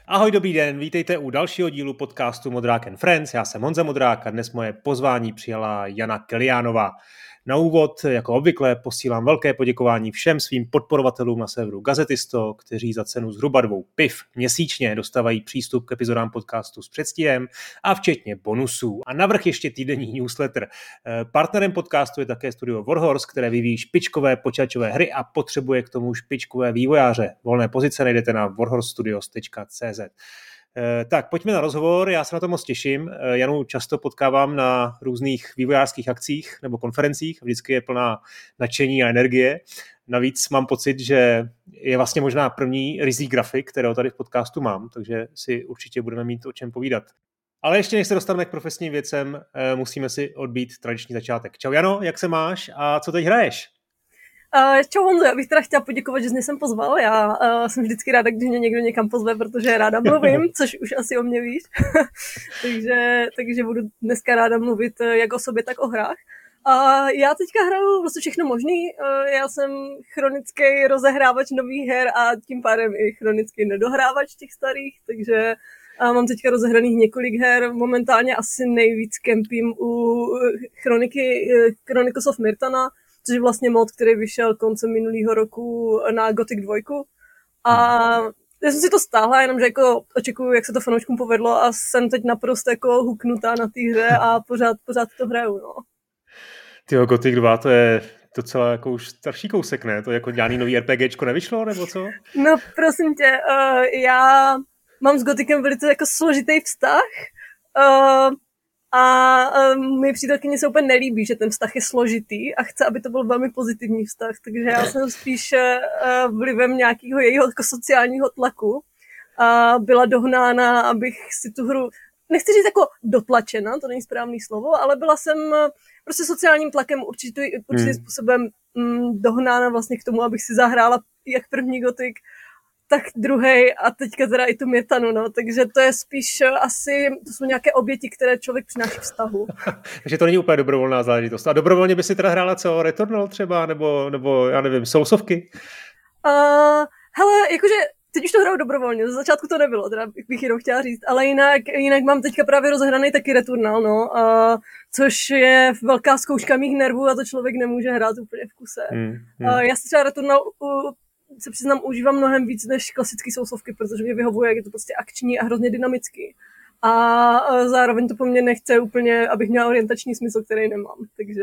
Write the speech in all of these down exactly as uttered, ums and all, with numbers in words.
Ahoj, dobrý den, vítejte u dalšího dílu podcastu Modrák and Friends. Já jsem Honza Modrák a dnes moje pozvání přijala Jana Kiliánová. Na úvod, jako obvykle, posílám velké poděkování všem svým podporovatelům na serveru Gazetisto, kteří za cenu zhruba dvou piv měsíčně dostávají přístup k epizodám podcastu s předstihem a včetně bonusů. A navrch ještě týdenní newsletter. Partnerem podcastu je také studio Warhorse, které vyvíjí špičkové počítačové hry a potřebuje k tomu špičkové vývojáře. Volné pozice najdete na warhorse studios tečka cé zet. Tak, pojďme na rozhovor, já se na to moc těším. Janu často potkávám na různých vývojářských akcích nebo konferencích, vždycky je plná nadšení a energie. Navíc mám pocit, že je vlastně možná první rizí grafik, kterého tady v podcastu mám, takže si určitě budeme mít o čem povídat. Ale ještě než se dostaneme k profesním věcem, musíme si odbít tradiční začátek. Čau Jano, jak se máš a co teď hraješ? Uh, čau Honzo, já bych teda chtěla poděkovat, že jsi mě sem pozval. Já uh, jsem vždycky ráda, když mě někdo někam pozve, protože ráda mluvím, což už asi o mě víš. takže, takže budu dneska ráda mluvit jak o sobě, tak o hrách. A uh, já teďka hraju vlastně všechno možný. Uh, já jsem chronický rozehrávač nových her a tím pádem i chronický nedohrávač těch starých, takže uh, mám teďka rozehraných několik her. Momentálně asi nejvíc kempím u chroniky uh, Chronicles of Myrtana, což je vlastně mod, který vyšel koncem minulého roku na Gothic dva. A já jsem si to stáhla, jenomže jako očekuju, jak se to fanouškům povedlo a jsem teď naprosto jako huknutá na té hře a pořád, pořád to hraju, no. Tyjo, Gothic dva, to je docela jako už starší kousek, ne? To jako žádný nový RPGčko nevyšlo, nebo co? No, prosím tě, uh, já mám s Gothicem velice jako složitý vztah, uh, a um, mi přítelkyni se úplně nelíbí, že ten vztah je složitý a chce, aby to byl velmi pozitivní vztah, takže já jsem spíš uh, vlivem nějakého jejího jako sociálního tlaku a byla dohnána, abych si tu hru, nechci říct jako dotlačena, to není správný slovo, ale byla jsem uh, prostě sociálním tlakem určitý, určitým hmm. způsobem um, dohnána vlastně k tomu, abych si zahrála jak první Gothic, tak druhej a teďka teda i tu Myrtanu, no, takže to je spíš asi, to jsou nějaké oběti, které člověk přináší vztahu. Takže to není úplně dobrovolná záležitost. A dobrovolně by si teda hrála co? Returnal třeba, nebo, nebo já nevím, Soulsovky? Uh, hele, jakože teď už to hraju dobrovolně, ze začátku to nebylo, teda bych jenom chtěla říct, ale jinak, jinak mám teďka právě rozehraný taky Returnal, no, uh, což je velká zkouška mých nervů a to člověk nemůže hrát úplně v kuse. Hmm, hmm. Uh, já si třeba Returnal uh, se přiznám, užívám mnohem víc než klasický sousovky, protože mě vyhovuje, jak je to prostě akční a hrozně dynamický. A zároveň to po mně nechce úplně, abych měla orientační smysl, který nemám. Takže,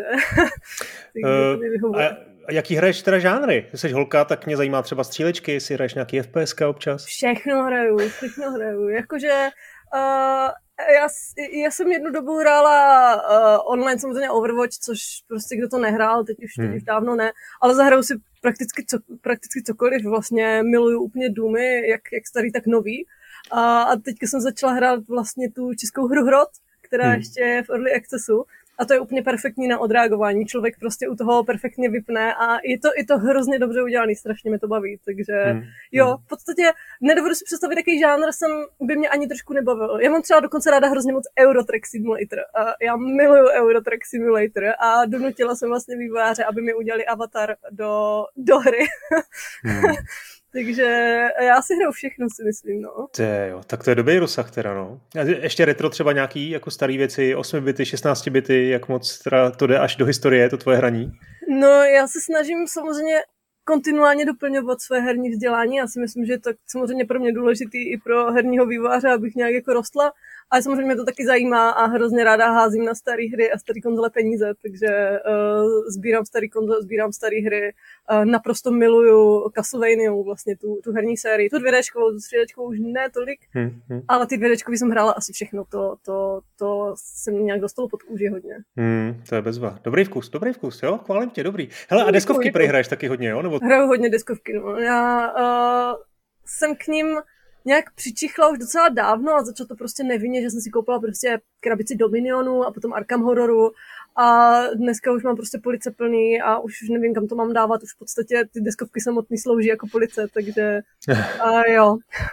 takže to mě vyhovuje. A, a jaký hraješ teda žánry? Jsi holka, tak mě zajímá třeba střílečky, jestli hraješ nějaký F P S ka občas? Všechno hraju, všechno hraju. Jakože uh, já, já jsem jednu dobu hrála uh, online samozřejmě Overwatch, což prostě kdo to nehrál, teď už, teď už dávno ne, ale zahraju si prakticky, co, prakticky cokoliv, vlastně miluju úplně Doomy, jak, jak starý, tak nový. A, a teďka jsem začala hrát vlastně tu českou hru Hrot, která hmm. ještě je v Early Accessu. A to je úplně perfektní na odreagování. Člověk prostě u toho perfektně vypne a je to, je to hrozně dobře udělaný, strašně mě to baví. Takže hmm. jo, v podstatě nedovedu si představit, jaký žánr jsem by mě ani trošku nebavil. Já mám třeba dokonce ráda hrozně moc Eurotrack Simulator. A já miluju Eurotrack Simulator a donutila jsem vlastně vývojáře, aby mi udělali avatar do, do hry. Hmm. Takže já si hraju všechno, si myslím, no. Té, jo, tak to je dobrý rozsah teda, no. A ještě retro třeba nějaký, jako starý věci, osm bity, šestnáct bity, jak moc teda to jde až do historie, to tvoje hraní? No, já se snažím samozřejmě kontinuálně doplňovat své herní vzdělání. Já si myslím, že je to samozřejmě pro mě důležitý i pro herního vývojáře, abych nějak jako rostla. Ale samozřejmě mě to taky zajímá a hrozně ráda házím na staré hry a staré konzole peníze, takže uh, sbírám staré konzole, sbírám staré hry. Uh, naprosto miluju Castlevaniu, vlastně tu, tu herní sérii. Tu dvědečkovou, tu střídečkovou už ne tolik, hmm, hmm. ale ty dvědečkový jsem hrála asi všechno. To, to, to se mi nějak dostalo pod kůži hodně. Hmm, to je bezva. Dobrý vkus, dobrý vkus, jo? Chválím tě, dobrý. Hele, a deskovky prej hraješ taky hodně, jo? Nebo... Hraju hodně deskovky, no. Já uh, jsem k ním nějak přičichla už docela dávno a začalo to prostě nevinně, že jsem si koupila prostě krabici Dominionu a potom Arkham Horroru a dneska už mám prostě police plný a už nevím, kam to mám dávat, už v podstatě ty deskovky samotný slouží jako police, takže a jo.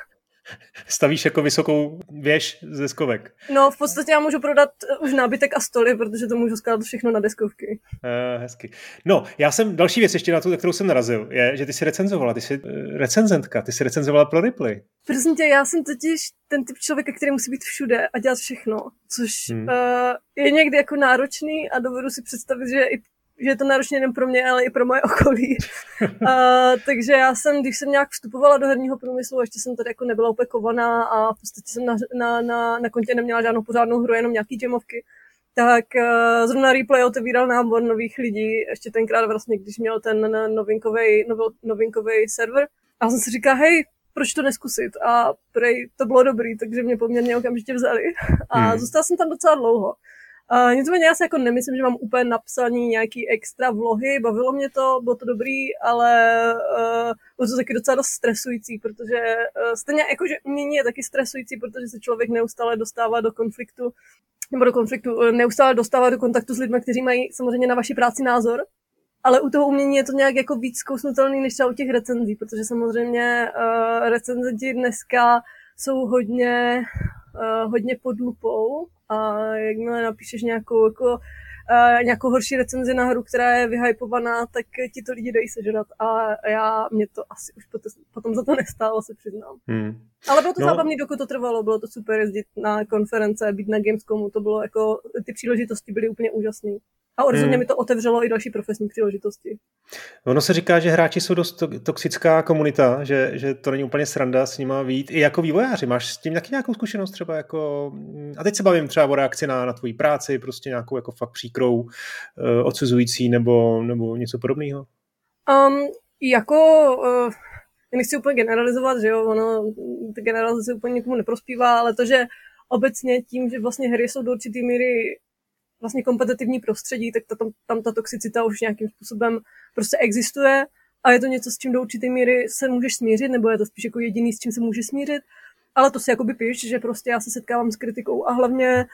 Stavíš jako vysokou věž ze deskovek. No, v podstatě já můžu prodat už nábytek a stoly, protože to můžu skládat všechno na deskovky. Uh, hezky. No, já jsem, další věc ještě na tu, na kterou jsem narazil, je, že ty jsi recenzovala, ty jsi uh, recenzentka, ty jsi recenzovala pro Ripley. Prosím tě, já jsem totiž ten typ člověka, který musí být všude a dělat všechno, což hmm. uh, je někdy jako náročný a dovedu si představit, že i že je to náročné nejen pro mě, ale i pro moje okolí. uh, takže já jsem, když jsem nějak vstupovala do herního průmyslu, ještě jsem tady jako nebyla úplně kovaná a v podstatě jsem na, na, na, na kontě neměla žádnou pořádnou hru, jenom nějaký jamovky, tak uh, zrovna Replay otevíral nábor nových lidí, ještě tenkrát vlastně, když měl ten novinkovej, novinkovej server. A já jsem si říkala, hej, proč to neskusit? A prej to bylo dobrý, takže mě poměrně okamžitě vzali. A hmm. zůstala jsem tam docela dlouho. Uh, nicméně já si jako nemyslím, že mám úplně napsaný nějaký extra vlohy, bavilo mě to, bylo to dobrý, ale uh, bylo to taky docela dost stresující, protože uh, stejně jako, že umění je taky stresující, protože se člověk neustále dostává do konfliktu, nebo do konfliktu, uh, neustále dostává do kontaktu s lidmi, kteří mají samozřejmě na vaši práci názor, ale u toho umění je to nějak jako víc zkousnutelný než třeba u těch recenzí, protože samozřejmě uh, recenzenti dneska jsou hodně, uh, hodně pod lupou. A jakmile napíšeš nějakou, jako, uh, nějakou horší recenzi na hru, která je vyhypovaná, tak ti to lidi dají sežrat. A já, mě to asi už potom, potom za to nestálo, se přiznám. Hmm. Ale bylo to no. zábavný, dokud to trvalo, bylo to super jezdit na konference, být na Gamescomu, to bylo jako, ty příležitosti byly úplně úžasné. A rozhodně hmm. mi to otevřelo i další profesní příležitosti. Ono se říká, že hráči jsou dost toxická komunita, že, že to není úplně sranda s nima vyjít. I jako vývojáři, máš s tím nějakou zkušenost třeba jako... A teď se bavím třeba o reakci na, na tvoji práci, prostě nějakou jako fakt příkrou, uh, odsuzující nebo, nebo něco podobného? Um, jako... Uh... Nechci úplně generalizovat, že jo, ono, ta generalizace úplně nikomu neprospívá, ale to, že obecně tím, že vlastně hry jsou do určitý míry vlastně kompetitivní prostředí, tak ta, tam, tam ta toxicita už nějakým způsobem prostě existuje a je to něco, s čím do určité míry se můžeš smířit, nebo je to spíš jako jediný, s čím se můžeš smířit, ale to si jakoby píš, že prostě já se setkávám s kritikou a hlavně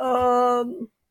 uh,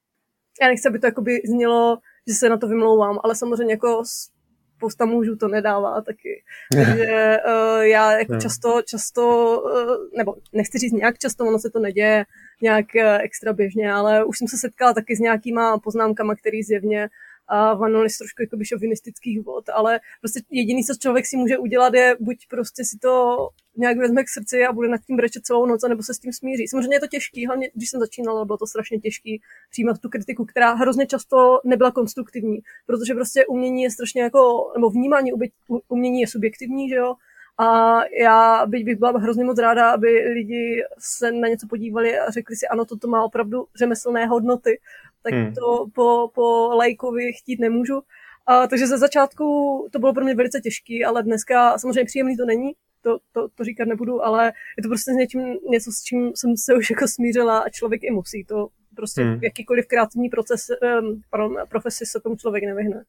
já nechci, aby to jakoby znělo, že se na to vymlouvám, ale samozřejmě jako spousta mužů to nedává taky. Takže uh, já jako často, často, uh, nebo nechci říct nějak často, ono se to neděje nějak uh, extra běžně, ale už jsem se setkala taky s nějakýma poznámkama, který zjevně uh, vanuli z trošku jakoby šovinistických vod, ale prostě jediný, co člověk si může udělat, je buď prostě si to nějak vezme k srdci a bude nad tím brečet celou noc, nebo se s tím smíří. Samozřejmě je to těžký, hlavně když jsem začínala, bylo to strašně těžký přijímat tu kritiku, která hrozně často nebyla konstruktivní, protože prostě umění je strašně jako, nebo vnímání umění je subjektivní, že jo, a já byť bych byla hrozně moc ráda, aby lidi se na něco podívali a řekli si, ano, toto má opravdu řemeslné hodnoty, tak hmm. to po, po lajkovi chtít nemůžu. A, takže ze začátku to bylo pro mě velice těžký, ale dneska samozřejmě příjemný to není, to, to, to říkat nebudu, ale je to prostě s něčím, něco, s čím jsem se už jako smířila a člověk i musí. To prostě hmm. jakýkoliv kreativní proces, um, pardon, profesi se tomu člověk nevyhne.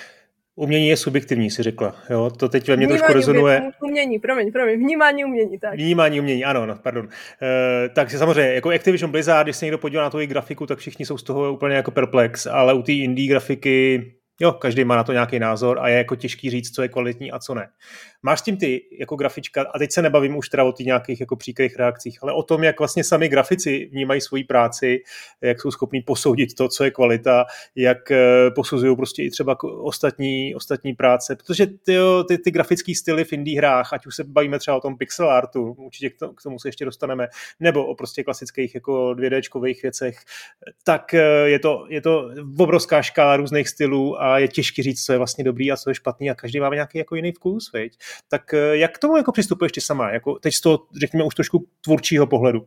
Umění je subjektivní, si řekla. Jo? To teď ve mně vnímání trošku rezonuje. Umění, umění, promiň, promiň, vnímání umění, tak. Vnímání umění, ano, no, pardon. E, takže samozřejmě, jako Activision Blizzard, když se někdo podívá na tu grafiku, tak všichni jsou z toho úplně jako perplex, ale u té indie grafiky, jo, každý má na to nějaký názor a je jako těžký říct, co je kvalitní a co ne. Máš s tím ty jako grafička, a teď se nebavím už teda o těch nějakých jako příkrých reakcích, ale o tom, jak vlastně sami grafici vnímají svoji práci, jak jsou schopní posoudit to, co je kvalita, jak posuzují prostě i třeba ostatní, ostatní práce, protože ty, ty, ty grafické styly v indie hrách, ať už se bavíme třeba o tom pixel artu, určitě k, to, k tomu se ještě dostaneme, nebo o prostě klasických jako dvě déčkových věcech, tak je to, je to obrovská škála různých stylů a je těžké říct, co je vlastně dobrý a co je špatný a každý máme nějaký jako jiný vkus, veď? Tak jak k tomu jako přistupuješ ty sama? Jako teď z toho, řekněme, už trošku tvůrčího pohledu.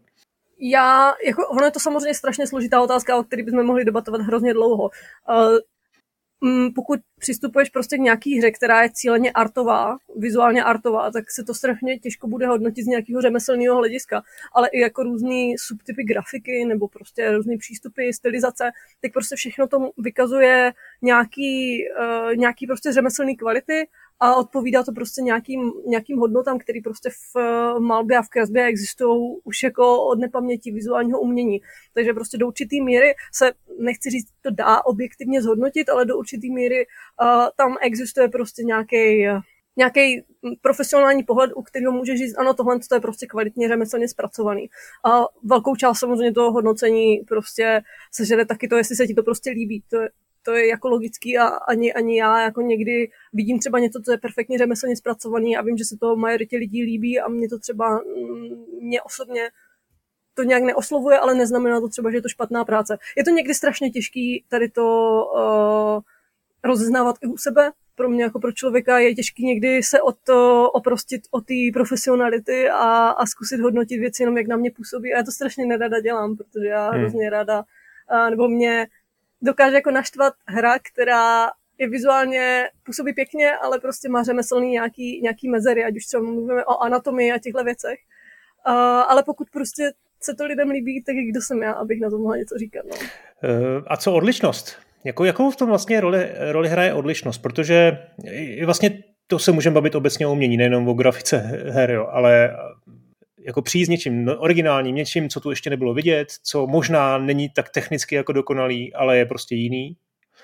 Já, jako, ono je to samozřejmě strašně složitá otázka, o které bychom mohli debatovat hrozně dlouho. Uh, pokud přistupuješ prostě k nějaký hře, která je cíleně artová, vizuálně artová, tak se to strašně těžko bude hodnotit z nějakého řemeslného hlediska, ale i jako různý subtypy grafiky nebo prostě různý přístupy, stylizace, tak prostě všechno to vykazuje nějaký, uh, nějaký prostě řemeslný kvality a odpovídá to prostě nějakým, nějakým hodnotám, které prostě v malbě a v kresbě existují už jako od nepaměti vizuálního umění. Takže prostě do určitý míry se, nechci říct, to dá objektivně zhodnotit, ale do určitý míry uh, tam existuje prostě nějaký nějaký profesionální pohled, u kterého může říct, ano, tohle to je prostě kvalitně řemeslně zpracovaný. A velkou část samozřejmě toho hodnocení prostě sežere taky to, jestli se ti to prostě líbí. To je, to je jako logický a ani, ani já jako někdy vidím třeba něco, co je perfektně řemeslně zpracovaný a vím, že se to majoritě lidí líbí a mě to třeba, mě osobně to nějak neoslovuje, ale neznamená to třeba, že je to špatná práce. Je to někdy strašně těžký tady to uh, rozeznávat i u sebe. Pro mě jako pro člověka je těžký někdy se od to oprostit od té profesionality a, a zkusit hodnotit věci jenom, jak na mě působí. A já to strašně nerada dělám, protože já hmm. hrozně ráda, uh, nebo mě dokáže jako naštvat hra, která je vizuálně působí pěkně, ale prostě má řemeslný nějaký, nějaký mezery, ať už třeba mluvíme o anatomii a těchto věcech. Uh, ale pokud prostě se to lidem líbí, tak kdo jsem já, abych na to mohla něco říkat. No. Uh, a co odlišnost? Jako, jakou v tom vlastně roli, roli hraje odlišnost? Protože vlastně to se můžeme bavit obecně o umění, nejenom o grafice her, jo, ale jako přijít s něčím originálním, něčím, co tu ještě nebylo vidět, co možná není tak technicky jako dokonalý, ale je prostě jiný.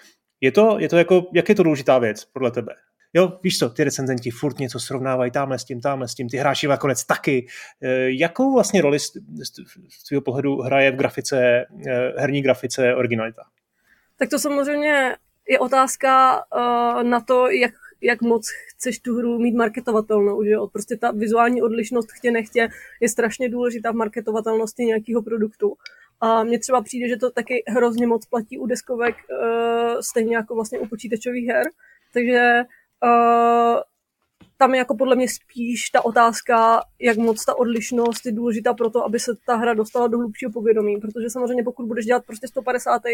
Je to, je to jako, jak je to důležitá věc podle tebe? Jo, víš co, ty recenzenti furt něco srovnávají tamhle s tím, tamhle s tím, ty hráči nakonec taky. Jakou vlastně roli z, z tvého pohledu hraje v grafice, herní grafice originalita? Tak to samozřejmě je otázka uh, na to, jak, jak moc chceš tu hru mít marketovatelnou. Že jo? Prostě ta vizuální odlišnost chtě nechtě je strašně důležitá v marketovatelnosti nějakého produktu. A mně třeba přijde, že to taky hrozně moc platí u deskovek, uh, stejně jako vlastně u počítačových her. Takže uh, tam je jako podle mě spíš ta otázka, jak moc ta odlišnost je důležitá pro to, aby se ta hra dostala do hlubšího povědomí. Protože samozřejmě pokud budeš dělat prostě sto padesát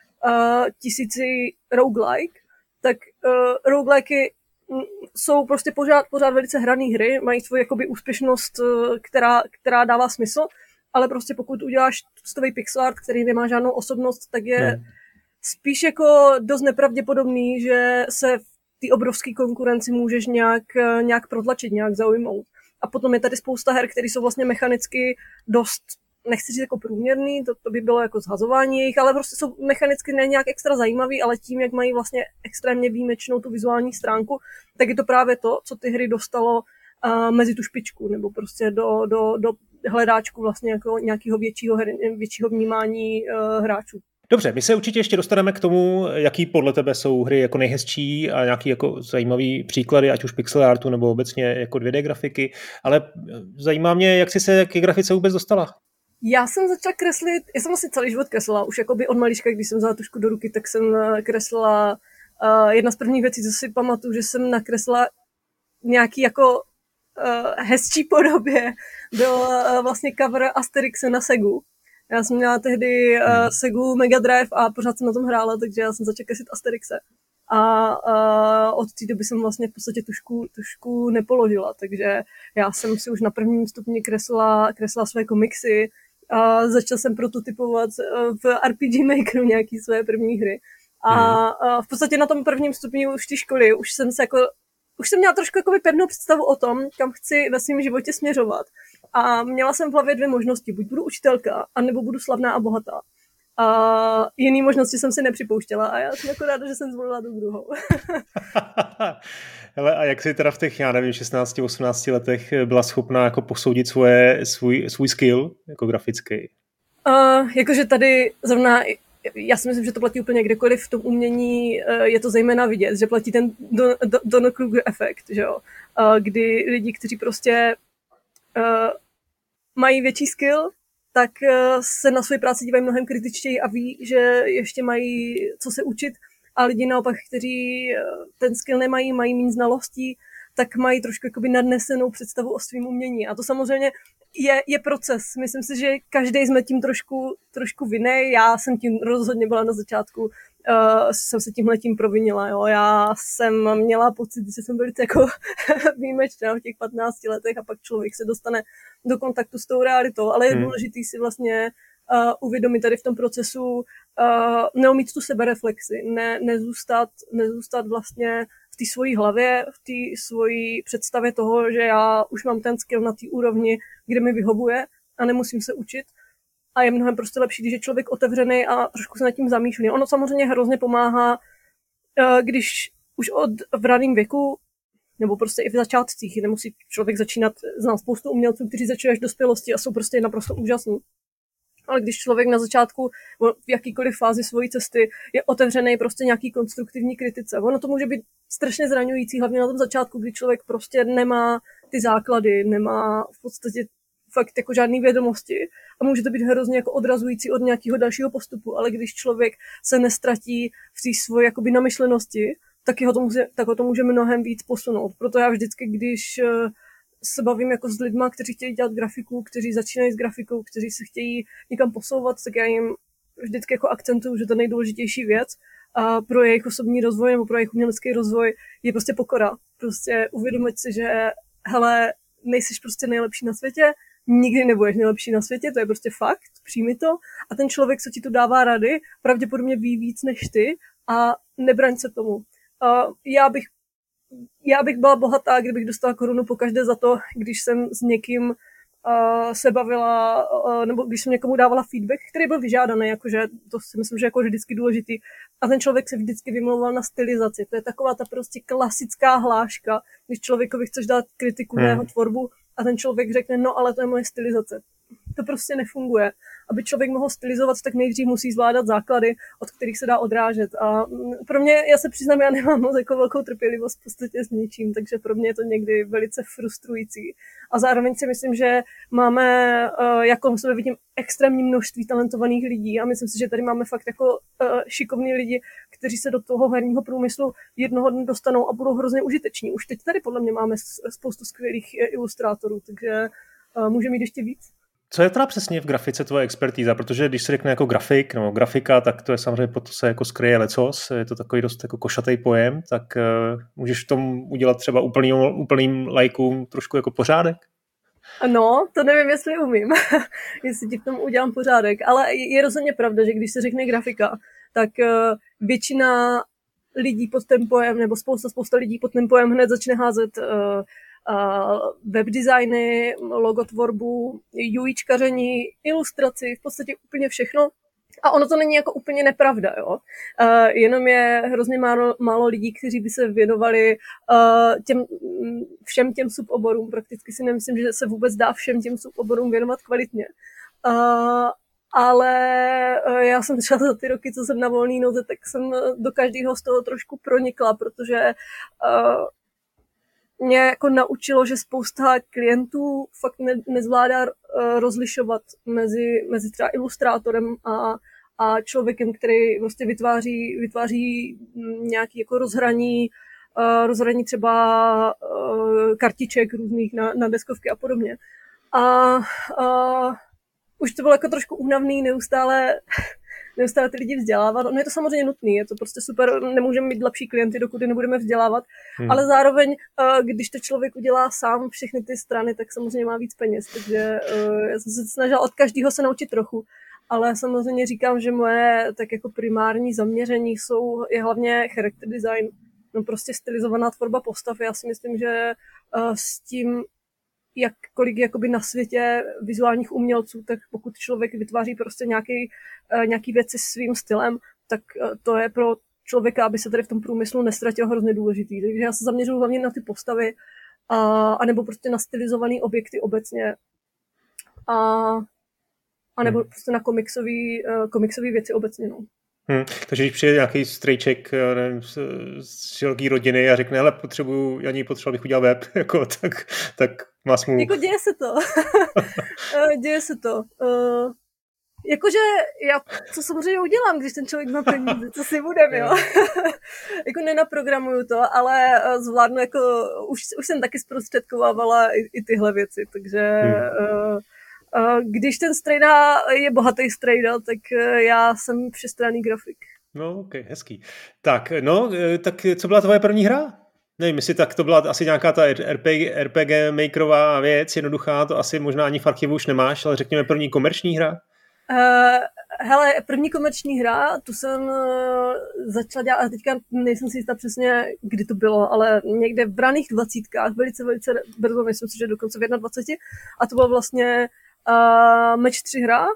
Uh, tisíci roguelike, tak uh, rogueliky jsou prostě pořád, pořád velice hraný hry, mají svoji jakoby úspěšnost, uh, která, která dává smysl, ale prostě pokud uděláš tuctový pixel art, který nemá žádnou osobnost, tak je hmm. spíš jako dost nepravděpodobný, že se v té obrovské konkurenci můžeš nějak, nějak protlačit, nějak zaujmout. A potom je tady spousta her, které jsou vlastně mechanicky dost, nechci říct jako průměrný, to, to by bylo jako zhazování jejich, ale prostě jsou mechanicky ne nějak extra zajímavý, ale tím, jak mají vlastně extrémně výjimečnou tu vizuální stránku, tak je to právě to, co ty hry dostalo uh, mezi tu špičku, nebo prostě do, do, do hledáčku vlastně jako nějakého většího, her, většího vnímání uh, hráčů. Dobře, my se určitě ještě dostaneme k tomu, jaký podle tebe jsou hry jako nejhezčí a nějaký jako zajímavý příklady, ať už pixel artu nebo obecně jako dvě dé grafiky, ale zajímá mě, jak jsi se k grafice vůbec dostala? Já jsem začala kreslit, já jsem asi celý život kreslila, už jakoby od malička, když jsem vzala tušku do ruky, tak jsem kreslila, uh, jedna z prvních věcí, co si pamatuju, že jsem nakreslila nějaký jako uh, hezčí podobě, byl uh, vlastně cover Asterixe na Segu. Já jsem měla tehdy uh, Segu Mega Drive a pořád jsem na tom hrála, takže já jsem začala kreslit Asterixe. A uh, od té doby jsem vlastně v podstatě tušku, tušku nepoložila, takže já jsem si už na prvním stupni kreslila, kreslila své komiksy a začala jsem prototypovat v R P G Makeru nějaký své první hry. A, a v podstatě na tom prvním stupni už té školy už jsem se jako, už jsem měla trošku jako pevnou představu o tom, kam chci ve svém životě směřovat. A měla jsem v hlavě dvě možnosti, buď budu učitelka, anebo budu slavná a bohatá. A jiný možnosti jsem si nepřipouštěla a já jsem jako ráda, že jsem zvolila tu druhou. Hele, a jak jsi teda v těch, já nevím, šestnácti osmnácti letech byla schopná jako posoudit svoje, svůj, svůj skill jako grafický? Uh, jakože tady zrovna, já si myslím, že to platí úplně kdekoliv v tom umění, uh, je to zejména vidět, že platí ten Don, Don, Don Kruger efekt, že jo? Uh, kdy lidi, kteří prostě uh, mají větší skill, tak se na svoji práci dívají mnohem kritičtěji a ví, že ještě mají co se učit. A lidi naopak, kteří ten skill nemají, mají méně znalostí, tak mají trošku jakoby nadnesenou představu o svém umění. A to samozřejmě je, je proces. Myslím si, že každý jsme tím trošku, trošku vinnej. Já jsem tím rozhodně byla na začátku, uh, jsem se tímhletím provinila. Jo. Já jsem měla pocit, že jsem velice jako výjimečná v těch patnácti letech a pak člověk se dostane do kontaktu s tou realitou. Ale je hmm. důležitý si vlastně uh, uvědomit tady v tom procesu, uh, neumít tu sebereflexi, ne, nezůstat, nezůstat vlastně v té svojí hlavě, v té svojí představě toho, že já už mám ten skill na té úrovni, kde mi vyhovuje a nemusím se učit. A je mnohem prostě lepší, když je člověk otevřený a trošku se nad tím zamýšlí. Ono samozřejmě hrozně pomáhá, když už od v raném věku nebo prostě i v začátcích. Nemusí člověk začínat, znám spoustu umělců, kteří začínají až v dospělosti a jsou prostě naprosto úžasní. Ale když člověk na začátku v jakýkoliv fázi svojí cesty je otevřený prostě nějaký konstruktivní kritice, ono to může být strašně zraňující, hlavně na tom začátku, kdy člověk prostě nemá ty základy, nemá v podstatě fakt jako žádný vědomosti a může to být hrozně jako odrazující od nějakého dalšího postupu, ale když člověk se nestratí v té svoji jakoby namyšlenosti, tak ho to může, tak ho to může mnohem víc posunout. Proto já vždycky, když se bavím jako s lidma, kteří chtějí dělat grafiku, kteří začínají s grafikou, kteří se chtějí někam posouvat, tak já jim vždycky jako akcentuju, že ta nejdůležitější věc a pro jejich osobní rozvoj nebo pro jejich umělecký rozvoj je prostě pokora. Prostě uvědomit si, že hele, nejsiš prostě nejlepší na světě, nikdy nebudeš nejlepší na světě, to je prostě fakt, přijmi to a ten člověk, co ti tu dává rady, pravděpodobně ví víc než ty a nebraň se tomu. Uh, já bych Já bych byla bohatá, kdybych dostala korunu pokaždé za to, když jsem s někým uh, se bavila, uh, nebo když jsem někomu dávala feedback, který byl vyžádaný, jakože to si myslím, že jako vždycky důležitý. A ten člověk se vždycky vymlouval na stylizaci. To je taková ta prostě klasická hláška, když člověkovi chceš dát kritiku hmm. na jeho tvorbu a ten člověk řekne, no ale to je moje stylizace. To prostě nefunguje. Aby člověk mohl stylizovat, tak nejdřív musí zvládat základy, od kterých se dá odrážet. A pro mě, já se přiznám, já nemám moc jako velkou trpělivost v podstatě s ničím, takže pro mě je to někdy velice frustrující. A zároveň si myslím, že máme, jako v sobě vidím, extrémní množství talentovaných lidí a myslím si, že tady máme fakt jako šikovní lidi, kteří se do toho herního průmyslu jednoho dne dostanou a budou hrozně užiteční. Už teď tady podle mě máme spoustu skvělých ilustrátorů, takže může mít ještě víc. Co je teda přesně v grafice tvoje expertíza? Protože když se řekne jako grafik nebo grafika, tak to je samozřejmě, potom se jako skryje lecos, je to takový dost jako košatý pojem, tak uh, můžeš v tom udělat třeba úplným, úplným lajkům trošku jako pořádek? No, to nevím, jestli umím, jestli ti v tom udělám pořádek, ale je rozhodně pravda, že když se řekne grafika, tak uh, většina lidí pod ten pojem, nebo spousta, spousta lidí pod ten pojem hned začne házet uh, Uh, webdesigny, logotvorbu, UIčkaření, ilustraci, v podstatě úplně všechno. A ono to není jako úplně nepravda, jo. Uh, jenom je hrozně málo, málo lidí, kteří by se věnovali uh, těm, všem těm suboborům. Prakticky si nemyslím, že se vůbec dá všem těm suboborům věnovat kvalitně. Uh, ale uh, já jsem třeba za ty roky, co jsem na volný noze, tak jsem do každého z toho trošku pronikla, protože uh, mě jako naučilo, že spousta klientů fakt ne, nezvládá uh, rozlišovat mezi, mezi třeba ilustrátorem a, a člověkem, který prostě vytváří, vytváří nějaký jako rozhraní, uh, rozhraní třeba uh, kartiček různých na, na deskovky a podobně. A uh, už to bylo jako trošku únavný neustále neustále ty lidi vzdělávat. Ono je to samozřejmě nutné, je to prostě super, nemůžeme mít lepší klienty, dokud je nebudeme vzdělávat, hmm. ale zároveň, když to člověk udělá sám všechny ty strany, tak samozřejmě má víc peněz, takže já jsem se snažila od každého se naučit trochu, ale samozřejmě říkám, že moje tak jako primární zaměření jsou, je hlavně character design, no prostě stylizovaná tvorba postav. Já si myslím, že s tím jak kolik jakoby na světě vizuálních umělců, tak pokud člověk vytváří prostě nějaký, nějaký věci svým stylem, tak to je pro člověka, aby se tady v tom průmyslu nestratil, hrozně důležitý. Takže já se zaměřuji hlavně na ty postavy a, a nebo prostě na stylizované objekty obecně a, a nebo hmm. prostě na komiksové komiksové věci obecně. No. Hmm, takže když přijde nějaký strejček nevím, z, z široké rodiny a řekne, hele, potřebuju, já ní potřeboval bych udělat web, jako, tak, tak má smůlu. Jako děje se to. děje se to. Uh, jakože já co samozřejmě udělám, když ten člověk má peníze, co si budem, jo. Jako nenaprogramuju to, ale zvládnu jako, už, už jsem taky zprostředkovávala i, i tyhle věci, takže hmm. uh, když ten strejda je bohatý strejda, tak já jsem všestranný grafik. No, ok, hezký. Tak, no, tak co byla tvoje první hra? Nevím, jestli tak to byla asi nějaká ta R P G, R P G makerová věc, jednoduchá, to asi možná ani v archivu už nemáš, ale řekněme první komerční hra? Uh, hele, první komerční hra, tu jsem uh, začala dělat, a teďka nejsem si jistá přesně, kdy to bylo, ale někde v raných dvacítkách, velice, velice brzo, myslím si, že dokonce v dvaceti jedné, a to bylo vlastně Uh, Meč tři hra,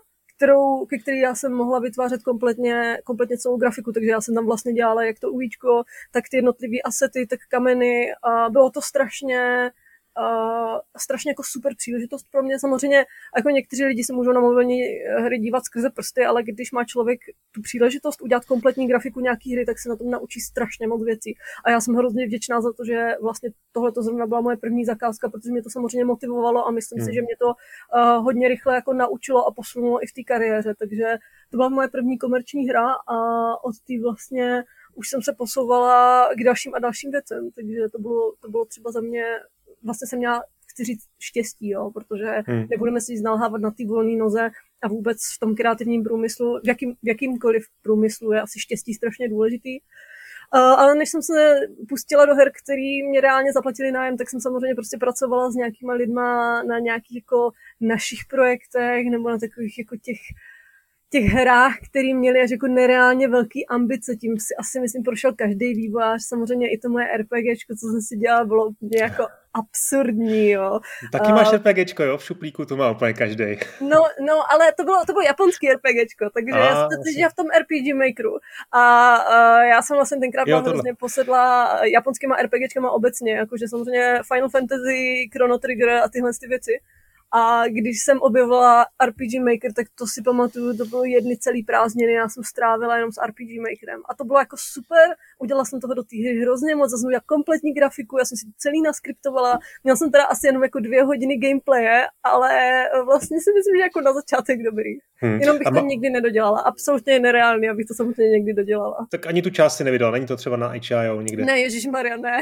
kterou, ke který já jsem mohla vytvářet kompletně, kompletně celou grafiku, takže já jsem tam vlastně dělala jak to uvíčko, tak ty jednotlivý asety, tak kameny a bylo to strašně Uh, strašně jako super příležitost pro mě. Samozřejmě jako někteří lidi se můžou na mobilní hry dívat skrze prsty, ale když má člověk tu příležitost udělat kompletní grafiku nějaký hry, tak se na tom naučí strašně moc věcí. A já jsem hrozně vděčná za to, že vlastně tohle to zrovna byla moje první zakázka, protože mě to samozřejmě motivovalo a myslím hmm. si, že mě to uh, hodně rychle jako naučilo a posunulo i v té kariéře. Takže to byla moje první komerční hra a od té vlastně už jsem se posouvala k dalším a dalším věcem, takže to bylo, to bylo třeba za mě vlastně jsem měla, chci říct, štěstí, jo, protože hmm. nebudeme si nic nalhávat na té volné noze a vůbec v tom kreativním průmyslu, v, jakým, v jakýmkoliv průmyslu je asi štěstí strašně důležitý. Uh, ale než jsem se pustila do her, který mě reálně zaplatili nájem, tak jsem samozřejmě prostě pracovala s nějakýma lidma na nějakých jako našich projektech nebo na takových jako těch těch hrách, který měli až jako nereálně velký ambice, tím si asi myslím prošel každý vývojář, samozřejmě i to moje RPGčko, co jsem si dělala, bylo úplně jako absurdní, jo. Taky máš uh, RPGčko, jo, v šuplíku to má úplně každý. No, no, ale to bylo, to bylo japonský RPGčko, takže a, já jsem to cítila v tom R P G Makeru a uh, já jsem vlastně tenkrát byla hrozně posedla japonskýma RPGčkama obecně, jakože samozřejmě Final Fantasy, Chrono Trigger a tyhle ty věci. A když jsem objevila R P G Maker, tak to si pamatuju, to bylo jedny celý prázdniny, já jsem strávila jenom s R P G Makerem. A to bylo jako super, udělala jsem toho do té hry hrozně moc, zase udělala kompletní grafiku, já jsem si to celý naskriptovala, měla jsem teda asi jenom jako dvě hodiny gameplaye, ale vlastně si myslím, že jako na začátek dobrý. Hmm. Jenom bych ma... to nikdy nedodělala, absolutně nereálný, abych to samozřejmě někdy dodělala. Tak ani tu část si nevydala, není to třeba na itch tečka io nikde? Ne, ježišmarja, ne.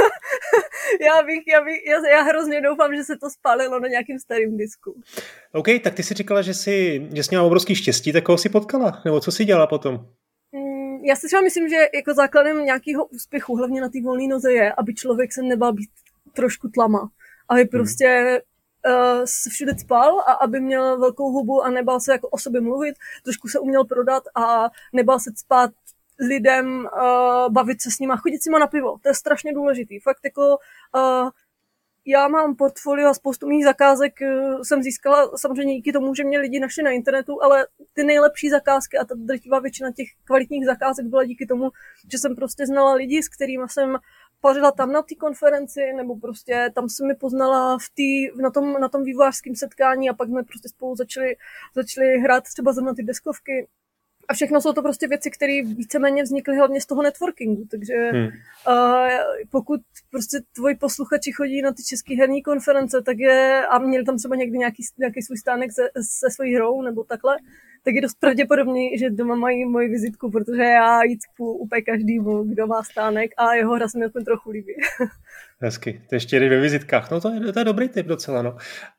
já, bych, já, bych, já, já hrozně doufám, že se to spálilo na nějakým starým disku. OK, tak ty jsi říkala, že jsi, že jsi měla obrovský štěstí, tak koho jsi potkala? Nebo co jsi dělala potom? Mm, já si třeba myslím, že jako základem nějakého úspěchu, hlavně na té volné noze je, aby člověk se nebál být trošku tlama. Aby prostě hmm. uh, se všude spal a aby měl velkou hubu a nebál se jako o sobě mluvit, trošku se uměl prodat a nebál se spát lidem, uh, bavit se s nima, chodit s nima na pivo. To je strašně důležitý. Fakt jako uh, já mám portfolio a spoustu mých zakázek uh, jsem získala samozřejmě díky tomu, že mě lidi našli na internetu, ale ty nejlepší zakázky a ta drtivá většina těch kvalitních zakázek byla díky tomu, že jsem prostě znala lidi, s kterými jsem pařila tam na té konferenci, nebo prostě tam jsem mi poznala v tý, na tom, na tom vývojářském setkání a pak jsme prostě spolu začali, začali hrát třeba zrovna ty deskovky. A všechno jsou to prostě věci, které víceméně vznikly hlavně z toho networkingu, takže hmm. uh, pokud prostě tvoji posluchači chodí na ty české herní konference, tak je, a měli tam třeba někdy nějaký, nějaký svůj stánek se, se svojí hrou nebo takhle, tak je dost pravděpodobný, že doma mají moji vizitku, protože já jí cpu úplně každému, kdo má stánek a jeho hra se mi aspoň trochu líbí. Hezky, to ještě jdeš ve vizitkách, no to je, to je dobrý tip docela, no.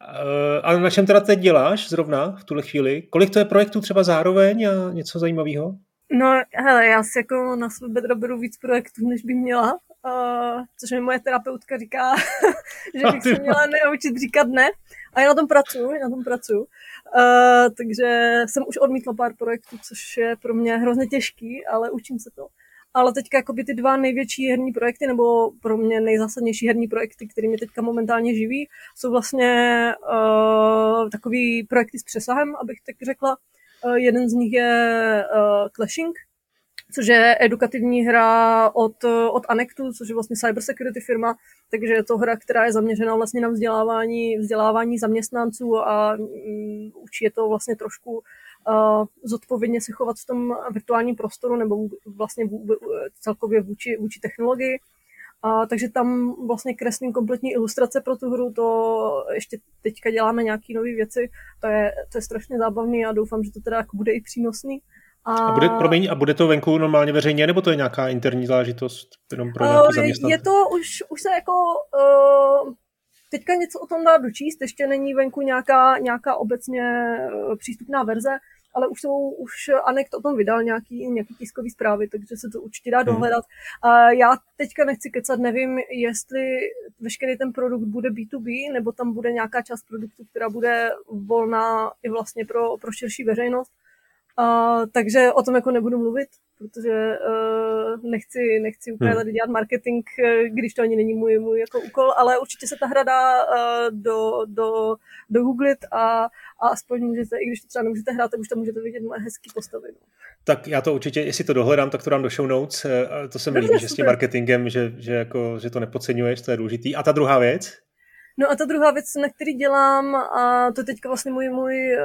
A na čem teda teď děláš zrovna v tuhle chvíli? Kolik to je projektů třeba zároveň a něco zajímavého? No hele, já si jako na své bedra beru víc projektů, než bych měla, uh, což mi moje terapeutka říká, že bych se měla naučit říkat ne. A já na tom pracuju, na tom pracuju. Uh, takže jsem už odmítla pár projektů, což je pro mě hrozně těžký, ale učím se to. Ale teďka jakoby ty dva největší herní projekty, nebo pro mě nejzásadnější herní projekty, které mě teďka momentálně živí, jsou vlastně uh, takový projekty s přesahem, abych tak řekla. Uh, jeden z nich je uh, Clashing, což je edukativní hra od, od Anektu, což je vlastně cybersecurity firma, takže je to hra, která je zaměřena vlastně na vzdělávání, vzdělávání zaměstnanců a um, učí je to vlastně trošku uh, zodpovědně se chovat v tom virtuálním prostoru nebo vlastně vů, celkově vůči, vůči technologii. A, takže tam vlastně kreslím kompletní ilustrace pro tu hru, to ještě teďka děláme nějaké nové věci, to je, to je strašně zábavný a doufám, že to teda jako bude i přínosný. A, a, bude, promiň, a bude to venku normálně veřejně, nebo to je nějaká interní záležitost jenom pro nějaký zaměstnance? Je to už, už se jako uh, teďka něco o tom dá dočíst, ještě není venku nějaká, nějaká obecně uh, přístupná verze, ale už jsou, už Anekt o tom vydal nějaký, nějaký tiskový zprávy, takže se to určitě dá dohledat. Hmm. Uh, já teďka nechci kecat, nevím, jestli veškerý ten produkt bude bé dvě bé, nebo tam bude nějaká část produktu, která bude volná i vlastně pro, pro širší veřejnost. A, takže o tom jako nebudu mluvit, protože uh, nechci, nechci úplně tady dělat marketing, když to ani není můj, můj jako úkol, ale určitě se ta hra dá uh, do, do, do googlit a, a aspoň můžete, i když to třeba nemůžete hrát, tak už tam můžete vidět moje hezký postavy. No. Tak já to určitě, jestli to dohledám, tak to dám do show notes. To se mi líbí, že s tím marketingem, že, že, jako, že to nepodceňuješ, to je důležitý. A ta druhá věc? No a ta druhá věc, na který dělám, a to je teďka vlastně můj, můj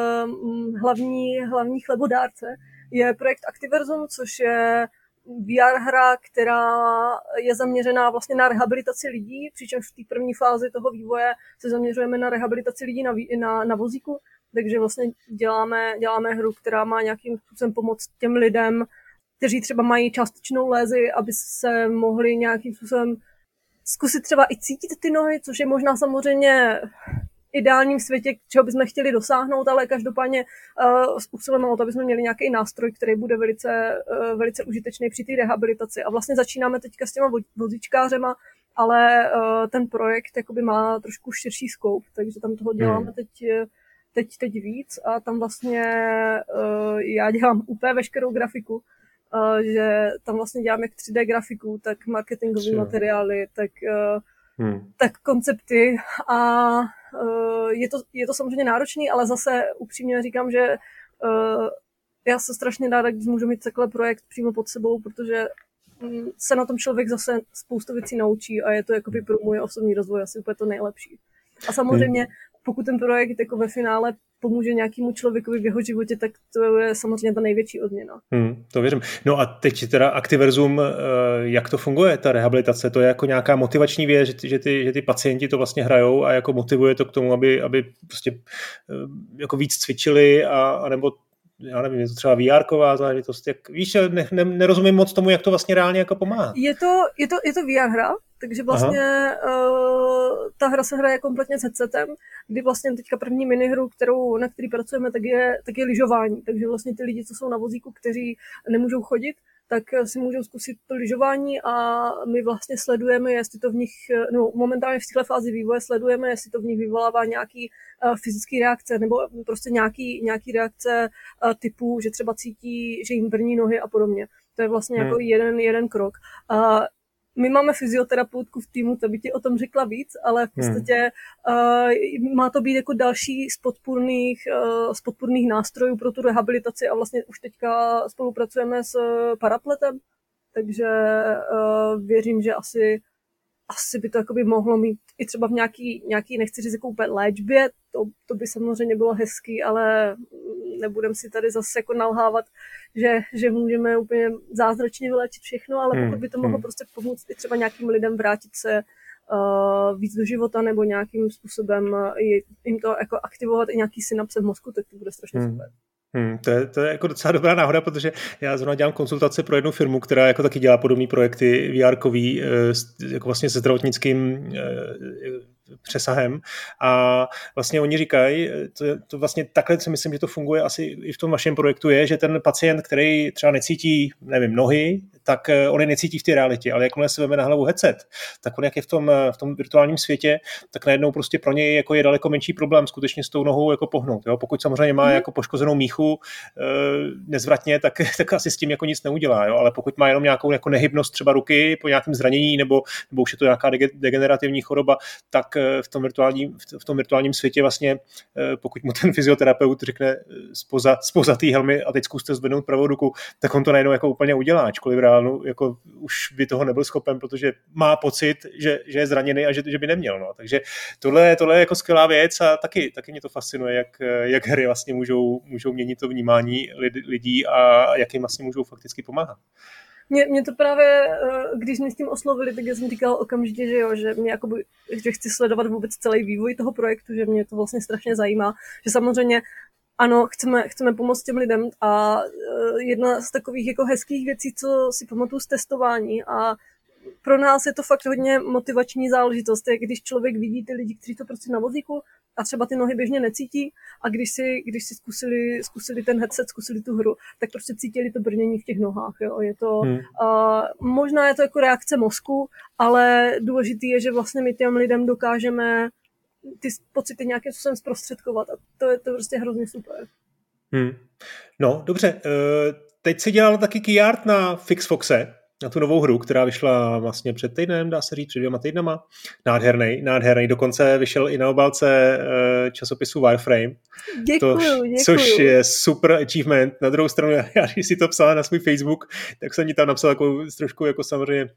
uh, hlavní, hlavní chlebodárce, je projekt Activersum, což je V R hra, která je zaměřená vlastně na rehabilitaci lidí, přičemž v té první fázi toho vývoje se zaměřujeme na rehabilitaci lidí na, na, na vozíku, takže vlastně děláme, děláme hru, která má nějakým způsobem pomoct těm lidem, kteří třeba mají částečnou lézi, aby se mohli nějakým způsobem zkusit třeba i cítit ty nohy, což je možná samozřejmě ideálním světě, čeho bychom chtěli dosáhnout, ale každopádně uh, usilujeme o to, aby jsme měli nějaký nástroj, který bude velice, uh, velice užitečný při té rehabilitaci. A vlastně začínáme teďka s těma vozíčkářema, ale uh, ten projekt jakoby má trošku širší scope, takže tam toho děláme teď, teď, teď víc a tam vlastně uh, já dělám úplně veškerou grafiku, Uh, že tam vlastně dělám jak tři dé grafiku, tak marketingové materiály, tak, uh, hmm. tak koncepty a uh, je, to, je to samozřejmě náročný, ale zase upřímně říkám, že uh, já jsem strašně ráda, když můžu mít takhle projekt přímo pod sebou, protože um, se na tom člověk zase spoustu věcí naučí a je to jakoby pro můj osobní rozvoj asi úplně to nejlepší. A samozřejmě, hmm. pokud ten projekt jako ve finále pomůže nějakému člověkovi v jeho životě, tak to je samozřejmě ta největší odměna. Hmm, to věřím. No a teď teda Activersum, jak to funguje, ta rehabilitace? To je jako nějaká motivační věc, že ty, že ty, že ty pacienti to vlastně hrajou a jako motivuje to k tomu, aby, aby prostě jako víc cvičili a, a nebo já nevím, je to třeba V R-ková záležitost, jak víš, ne, ne, nerozumím moc tomu, jak to vlastně reálně jako pomáhá. Je to, je to, je to V R hra, takže vlastně uh, ta hra se hraje kompletně s headsetem, kdy vlastně teďka první minihru, kterou, na který pracujeme, tak je, tak je lyžování. Takže vlastně ty lidi, co jsou na vozíku, kteří nemůžou chodit, tak si můžou zkusit to lyžování a my vlastně sledujeme, jestli to v nich, no momentálně v téhle fázi vývoje sledujeme, jestli to v nich vyvolává nějaký uh, fyzický reakce nebo prostě nějaký, nějaký reakce uh, typu, že třeba cítí, že jim brní nohy a podobně. To je vlastně hmm. jako jeden, jeden krok. Uh, My máme fyzioterapeutku v týmu, ta by ti o tom řekla víc, ale v podstatě hmm. uh, má to být jako další z podpůrných, uh, z podpůrných nástrojů pro tu rehabilitaci a vlastně už teďka spolupracujeme s Parapletem, takže uh, věřím, že asi, asi by to jakoby mohlo mít i třeba v nějaký, nějaký nechci říct jako úplně léčbě, to, to by samozřejmě bylo hezký, ale nebudem si tady zase jako nalhávat, že, že můžeme úplně zázračně vyléčit všechno, ale pokud by to mohlo hmm. prostě pomoct i třeba nějakým lidem vrátit se uh, víc do života nebo nějakým způsobem jim to jako aktivovat i nějaký synapse v mozku, tak to bude strašně hmm. super. Hmm, to, je, to je jako docela dobrá náhoda, protože já zrovna dělám konzultace pro jednu firmu, která jako taky dělá podobné projekty V R-kový, jako vlastně se zdravotnickým přesahem a vlastně oni říkají, to, to vlastně takhle si myslím, že to funguje asi i v tom vašem projektu je, že ten pacient, který třeba necítí, nevím, nohy, tak on je necítí v té realitě, ale jakmile se veme na hlavu headset, tak on jak je v tom, v tom virtuálním světě, tak najednou prostě pro něj jako je daleko menší problém skutečně s tou nohou jako pohnout. Jo? Pokud samozřejmě má mm. jako poškozenou míchu nezvratně, tak, tak asi s tím jako nic neudělá, jo? Ale pokud má jenom nějakou jako nehybnost třeba ruky po nějakém zranění nebo, nebo už je to nějaká degenerativní choroba, tak v tom virtuálním, v tom virtuálním světě vlastně, pokud mu ten fyzioterapeut řekne spoza, spoza té helmy a teď zkuste zvednout pravou ruku, tak on to najednou jako úplně udělá, ačkoliv v reálnu jako už by toho nebyl schopen, protože má pocit, že, že je zraněný a že, že by neměl. No. Takže tohle, tohle je jako skvělá věc a taky, taky mě to fascinuje, jak, jak hry vlastně můžou, můžou měnit to vnímání lidí a jak jim vlastně můžou fakticky pomáhat. Mě, mě to právě, když jsme s tím oslovili, tak já jsem říkal okamžitě, že jo, že mě jakoby, že chci sledovat vůbec celý vývoj toho projektu, že mě to vlastně strašně zajímá, že samozřejmě ano, chceme, chceme pomoct těm lidem a jedna z takových jako hezkých věcí, co si pamatuju z testování a pro nás je to fakt hodně motivační záležitost, je, když člověk vidí ty lidi, kteří to prostě na vozíku a třeba ty nohy běžně necítí a když si, když si zkusili, zkusili ten headset, zkusili tu hru, tak prostě cítili to brnění v těch nohách. Jo. Je to, hmm. uh, možná je to jako reakce mozku, ale důležitý je, že vlastně my těm lidem dokážeme ty pocity nějakým způsobem zprostředkovat a to je to prostě hrozně super. Hmm. No, dobře. Teď si dělal taky key art na Fixfoxe, na tu novou hru, která vyšla vlastně před týdnem, dá se říct, před dvěma týdnama. Nádherný, nádherný. Dokonce vyšel i na obálce časopisu Wireframe. Děkuju, děkuju. Což je super achievement. Na druhou stranu, já když si to psala na svůj Facebook, tak jsem ti tam napsal jako, trošku jako samozřejmě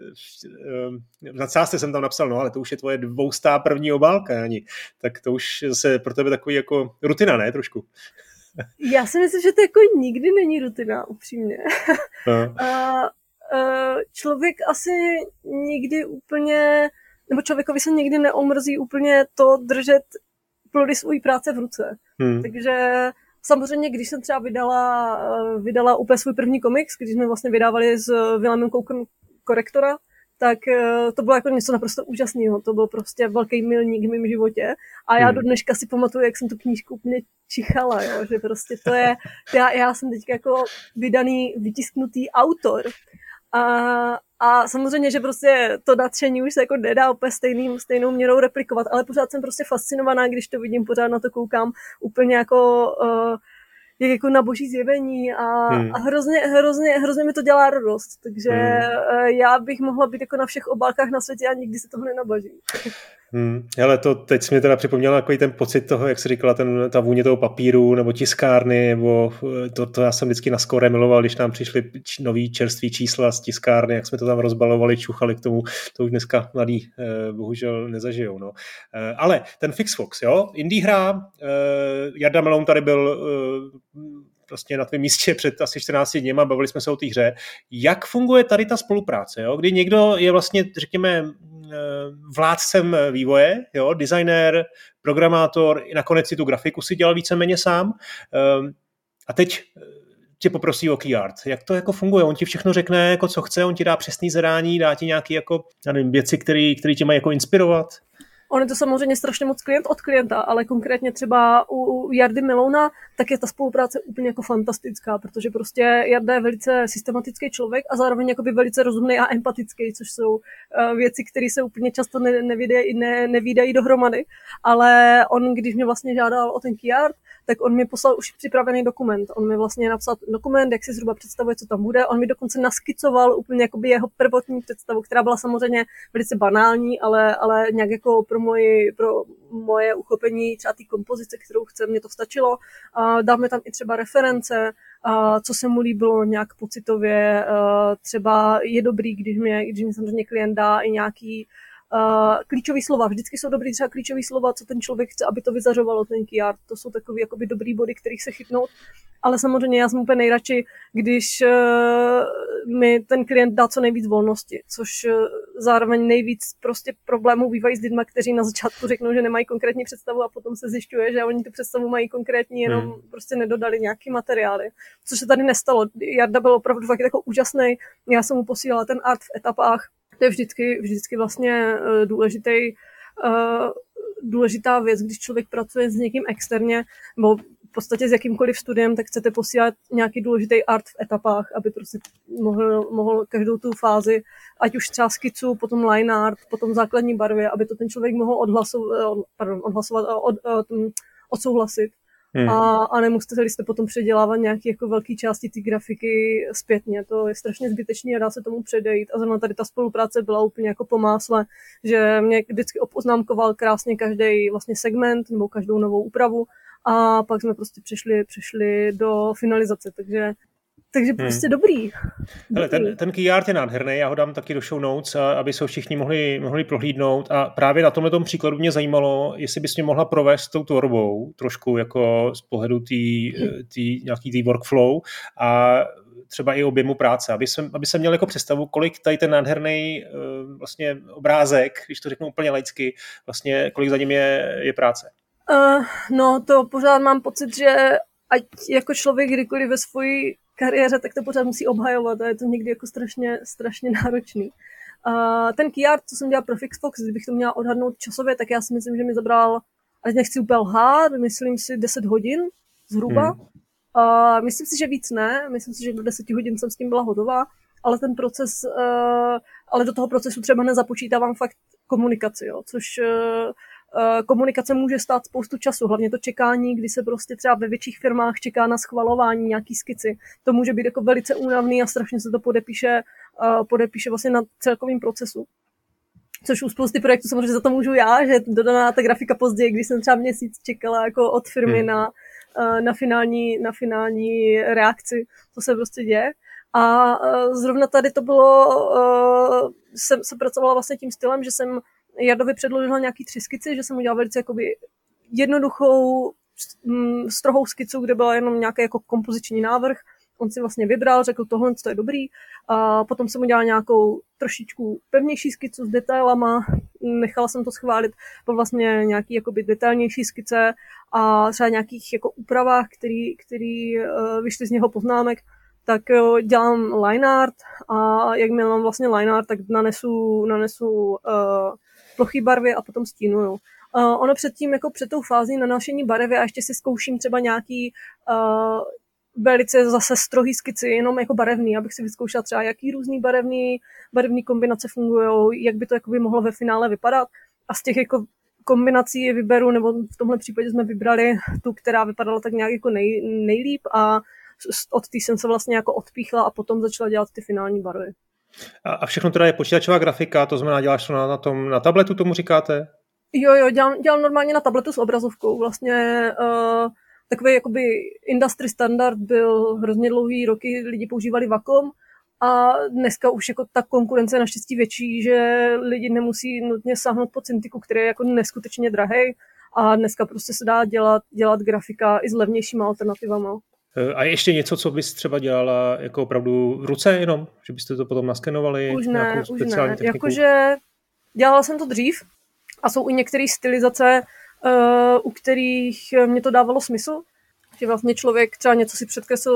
v nadsázce jsem tam napsal, no ale to už je tvoje dvoustá první obálka, ani. Tak to už se pro tebe takový jako rutina, ne? Trošku. Já si myslím, že to jako nikdy není rutina, upřímně. No. A, člověk asi nikdy úplně, nebo člověkovi se nikdy neomrzí úplně to držet plody svojí práce v ruce. Hmm. Takže samozřejmě, když jsem třeba vydala, vydala úplně svůj první komiks, když jsme vlastně vydávali s Willemem Koukem Korektora, tak to bylo jako něco naprosto úžasného. To byl prostě velký milník v mém životě. A já hmm. do dneška si pamatuju, jak jsem tu knížku úplně čichala, jo? Že prostě to je, já, já jsem teď jako vydaný, vytisknutý autor. A, a samozřejmě, že prostě to nadšení už se jako nedá úplně stejným, stejnou měrou replikovat, ale pořád jsem prostě fascinovaná, když to vidím, pořád na to koukám úplně jako, uh, jak jako na boží zjevení a, hmm. a hrozně, hrozně, hrozně mi to dělá radost, takže hmm. uh, já bych mohla být jako na všech obálkách na světě a nikdy se toho nenabažím. Hmm. Hele, to teď jsi mi teda připomněla takový ten pocit toho, jak jsi říkala, ten, ta vůně toho papíru nebo tiskárny, nebo to, to já jsem vždycky na skóre miloval, když nám přišly nový čerství čísla z tiskárny, jak jsme to tam rozbalovali, čuchali k tomu, to už dneska mladí eh, bohužel nezažijou. No. Eh, ale ten Fixfox, jo, indie hra, eh, Jarda Meloun tady byl eh, vlastně na tvém místě před asi čtrnácti dněma, bavili jsme se o té hře. Jak funguje tady ta spolupráce, jo? Kdy někdo je vlastně, řekněme, vládcem vývoje, jo? Designér, programátor, i nakonec si tu grafiku si dělal víceméně sám a teď tě poprosí o key art. Jak to jako funguje? On ti všechno řekne, jako co chce, on ti dá přesný zadání, dá ti nějaké jako, já nevím, věci, které tě mají jako inspirovat? On je to samozřejmě strašně moc klient od klienta, ale konkrétně třeba u Jardy Melouna, tak je ta spolupráce úplně jako fantastická, protože prostě Jarda je velice systematický člověk a zároveň jakoby velice rozumný a empatický, což jsou uh, věci, které se úplně často ne, nevídají, ne, nevídají dohromady, ale on, když mě vlastně žádal o ten key art, tak on mi poslal už připravený dokument. On mi vlastně napsal dokument, jak si zhruba představuje, co tam bude. On mi dokonce naskicoval úplně jakoby jeho prvotní představu, která byla samozřejmě velice banální, ale, ale nějak jako pro, moji, pro moje uchopení třeba té kompozice, kterou chce, mě to stačilo. A dáme tam i třeba reference, a co se mu líbilo nějak pocitově. A třeba je dobrý, když mě, když mě samozřejmě klient dá i nějaký Uh, klíčový slova. Vždycky jsou dobrý třeba klíčový slova, co ten člověk chce, aby to vyzařovalo, ten key art. To jsou takový jakoby dobrý body, kterých se chytnout. Ale samozřejmě já jsem úplně nejradši, když uh, mi ten klient dá co nejvíc volnosti, což uh, zároveň nejvíc prostě problémů bývají s lidmi, kteří na začátku řeknou, že nemají konkrétní představu a potom se zjišťuje, že oni tu představu mají konkrétní, jenom hmm. prostě nedodali nějaký materiály. Což se tady nestalo. Jarda byl opravdu fakt jako úžasný. Já jsem mu posílala ten art v etapách. To je vždycky, vždycky vlastně uh, důležitý, uh, důležitá věc, když člověk pracuje s někým externě, nebo v podstatě s jakýmkoliv studiem, tak chcete posílat nějaký důležitý art v etapách, aby prostě mohl, mohl každou tu fázi, ať už třeba skicu, potom line art, potom základní barvě, aby to ten člověk mohl odhlasovat, pardon, odhlasovat a od, od, odsouhlasit. Hmm. A, a nemusíte jste potom předělávat nějaké jako velké části té grafiky zpětně. To je strašně zbytečný a dá se tomu předejít. A zrovna tady ta spolupráce byla úplně jako po másle, že mě vždycky opoznámkoval krásně každý vlastně segment nebo každou novou úpravu a pak jsme prostě přešli, přešli do finalizace. Takže Takže prostě hmm. dobrý. Hele, ten, ten key art je nádherný, já ho dám taky do show notes, aby se ho všichni mohli, mohli prohlídnout a právě na tomhle příkladu mě zajímalo, jestli bys mě mohla provést tou tvorbou trošku jako z pohledu tý, tý, nějaký tý workflow a třeba i objemu práce, aby jsem, aby jsem měl jako představu, kolik tady ten nádherný vlastně obrázek, když to řeknu úplně laicky, vlastně kolik za ním je, je práce. Uh, no to pořád mám pocit, že ať jako člověk kdykoliv ve svojí kariéře, tak to pořád musí obhajovat a je to někdy jako strašně, strašně náročný. Uh, ten key art, co jsem dělala pro Fixfox, kdybych to měla odhadnout časově, tak já si myslím, že mi zabral, ať nechci úplně lhát, myslím si deset hodin zhruba. Hmm. Uh, myslím si, že víc ne, myslím si, že do deseti hodin jsem s tím byla hotová, ale ten proces, uh, ale do toho procesu třeba nezapočítávám fakt komunikaci, jo, což uh, komunikace může stát spoustu času, hlavně to čekání, kdy se prostě třeba ve větších firmách čeká na schvalování nějaký skici. To může být jako velice únavný a strašně se to podepíše, podepíše vlastně na celkovém procesu. Což u spousty projektů samozřejmě za to můžu já, že dodaná ta grafika později, když jsem třeba měsíc čekala jako od firmy hmm. na, na, finální, na finální reakci, co se prostě děje. A zrovna tady to bylo, jsem se pracovala vlastně tím stylem, že jsem Jardovi předložila nějaký tři skici, že jsem udělala velice jakoby jednoduchou, strohou skicu, kde byla jenom nějaký jako kompoziční návrh. On si vlastně vybral, řekl, tohle to je dobrý. A potom jsem udělala nějakou trošičku pevnější skicu s detailama, nechala jsem to schválit po vlastně nějaký jakoby detailnější skice a třeba nějakých jako úpravách, který, který vyšly z něho poznámek, tak dělám line art a jakmile mám vlastně line art, tak nanesu, nanesu uh, plochý barvy a potom stínuju. Uh, ono předtím, jako před tou fází nanášení barvy a ještě si zkouším třeba nějaký uh, velice zase strohý skici, jenom jako barevný, abych si vyzkoušela třeba, jaký různý barevný, barevný kombinace fungují, jak by to jakoby mohlo ve finále vypadat. A z těch jako kombinací vyberu, nebo v tomhle případě jsme vybrali tu, která vypadala tak nějak jako nej, nejlíp a od té jsem se vlastně jako odpíchla a potom začala dělat ty finální barvy. A všechno teda je počítačová grafika, to znamená, děláš to na, na, tom, na tabletu, tomu říkáte? Jo, jo, dělám, dělám normálně na tabletu s obrazovkou. Vlastně uh, takový jakoby industry standard byl hrozně dlouhý roky, lidi používali Wacom a dneska už jako ta konkurence je naštěstí větší, že lidi nemusí nutně sáhnout po Cintiqu, který je jako neskutečně drahej a dneska prostě se dá dělat, dělat grafika i s levnějšíma alternativama. A ještě něco, co bys třeba dělala jako opravdu v ruce jenom? Že byste to potom naskenovali? Už ne, už ne. Jakože dělala jsem to dřív a jsou i některé stylizace, uh, u kterých mě to dávalo smysl. Že vlastně člověk třeba něco si předkreslil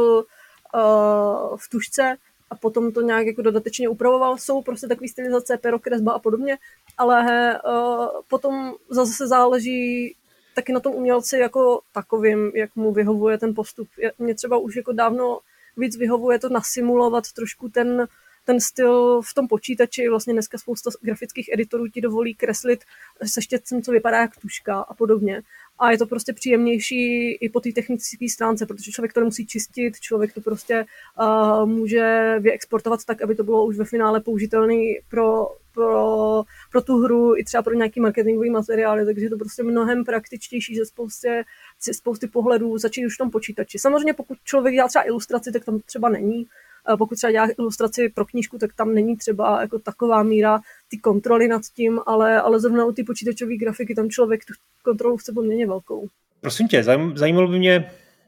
uh, v tužce a potom to nějak jako dodatečně upravoval. Jsou prostě takové stylizace, perokresba a podobně, ale uh, potom zase záleží taky na tom umělci jako takovým, jak mu vyhovuje ten postup. Mě třeba už jako dávno víc vyhovuje to nasimulovat trošku ten, ten styl v tom počítači. Vlastně dneska spousta grafických editorů ti dovolí kreslit se štětcem, co vypadá jak tužka a podobně. A je to prostě příjemnější i po té technické stránce, protože člověk to nemusí čistit, člověk to prostě uh, může vyexportovat tak, aby to bylo už ve finále použitelné pro, pro, pro tu hru i třeba pro nějaký marketingový materiály, takže je to prostě mnohem praktičtější ze spousty, ze spousty pohledů začít už v tom počítači. Samozřejmě pokud člověk dělá třeba ilustraci, tak tam třeba není. Pokud třeba dělá ilustraci pro knížku, tak tam není třeba jako taková míra ty kontroly nad tím, ale, ale zrovna u ty počítačové grafiky tam člověk tu kontrolu chce poměrně velkou. Prosím tě, zajímalo by mě,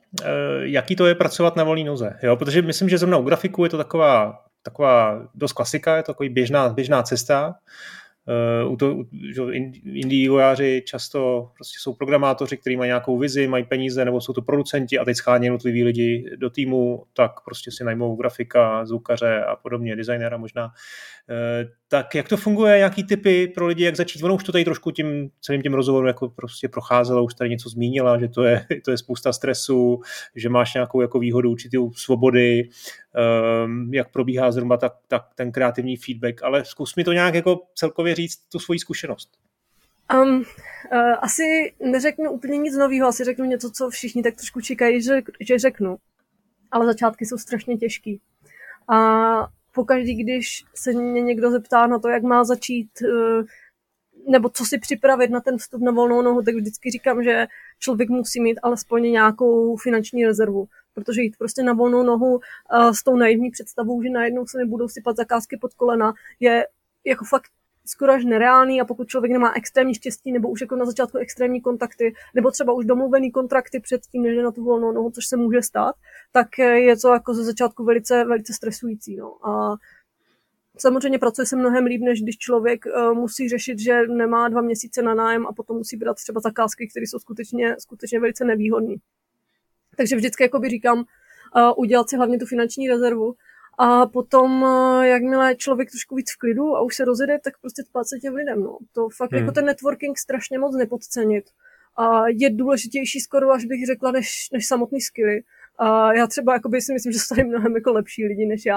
jaký to je pracovat na volné noze, jo? Protože myslím, že zrovna u grafiku je to taková, taková dost klasika, je to takový běžná, běžná cesta. Uh, u to, u, že indie vývojáři často prostě jsou programátoři, kteří mají nějakou vizi, mají peníze, nebo jsou to producenti a teď schání jednotliví lidi do týmu, tak prostě si najmou grafika, zvukaře a podobně, designéra možná. Uh, tak jak to funguje, jaký typy pro lidi, jak začít? Ono už to tady trošku tím celým tím rozhovorem jako prostě procházelo, už tady něco zmínila, že to je, to je spousta stresu, že máš nějakou jako výhodu určitou svobody, um, jak probíhá zhruba tak, tak ten kreativní feedback, ale zkus mi to nějak jako celkově říct tu svoji zkušenost. Um, uh, asi neřeknu úplně nic nového, asi řeknu něco, co všichni tak trošku čekají, že, že řeknu. Ale začátky jsou strašně těžký. A pokaždý, když se mě někdo zeptá na to, jak má začít, uh, nebo co si připravit na ten vstup na volnou nohu, tak vždycky říkám, že člověk musí mít alespoň nějakou finanční rezervu. Protože jít prostě na volnou nohu uh, s tou naivní představou, že najednou se nebudou sypat zakázky pod kolena, je jako fakt skoro až nereálný a pokud člověk nemá extrémní štěstí nebo už jako na začátku extrémní kontakty nebo třeba už domluvený kontrakty předtím, než je na tu volnou nohu, což se může stát, tak je to jako ze začátku velice, velice stresující. No. A samozřejmě pracuje se mnohem líp, než když člověk uh, musí řešit, že nemá dva měsíce na nájem a potom musí brát třeba zakázky, které jsou skutečně, skutečně velice nevýhodné. Takže vždycky jakoby říkám, uh, udělat si hlavně tu finanční rezervu a potom, uh, jakmile člověk trošku víc v klidu a už se rozjede, tak prostě spát se těm lidem. No. To fakt hmm. jako ten networking strašně moc nepodcenit. A je důležitější skoro, až bych řekla, než, než samotný skilly. A já třeba jakoby si myslím, že jsou tady mnohem jako lepší lidi než já.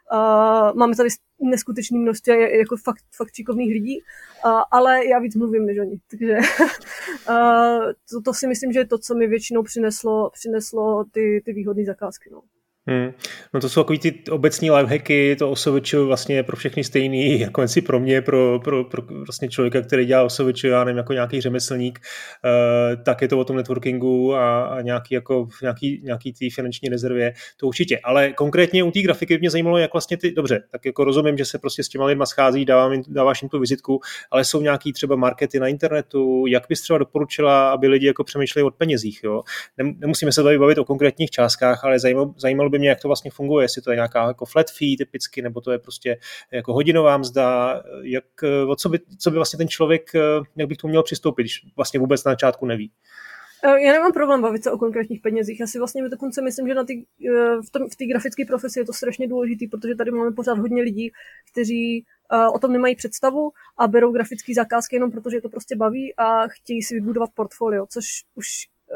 Uh, máme tady neskutečné množství jako fakt, fakt šikovných lidí, uh, ale já víc mluvím než oni. Takže uh, to, to si myslím, že je to, co mi většinou přineslo, přineslo ty, ty výhodné zakázky. No. Hmm. No to jsou takový ty obecní lifehacky, to O S V Č vlastně je pro všechny stejný, jako jen si pro mě, pro, pro, pro vlastně člověka, který dělá O S V Č, já nevím, jako nějaký řemeslník, uh, tak je to o tom networkingu a, a nějaký, jako, nějaký, nějaký tý finanční rezervě, to určitě. Ale konkrétně u té grafiky mě zajímalo, jak vlastně ty, dobře, tak jako rozumím, že se prostě s těma lidma schází, dávám, dáváš jim tu vizitku, ale jsou nějaký třeba markety na internetu, jak bys třeba doporučila, aby lidi jako přemýšleli o penězích, jo? Nemusíme se tady bavit o konkrétních částkách, ale zajímalo, zajímalo by mě, jak to vlastně funguje, jestli to je nějaká jako flat fee typicky, nebo to je prostě jako hodinová mzda, jak, o co by, co by vlastně ten člověk, jak by k tomu měl přistoupit, když vlastně vůbec na začátku neví. Já nemám problém bavit se o konkrétních penězích. Já si vlastně dokonce myslím, že na ty, v té grafické profesi je to strašně důležitý, protože tady máme pořád hodně lidí, kteří o tom nemají představu a berou grafické zakázky jenom protože je to prostě baví a chtějí si vybudovat portfolio, což už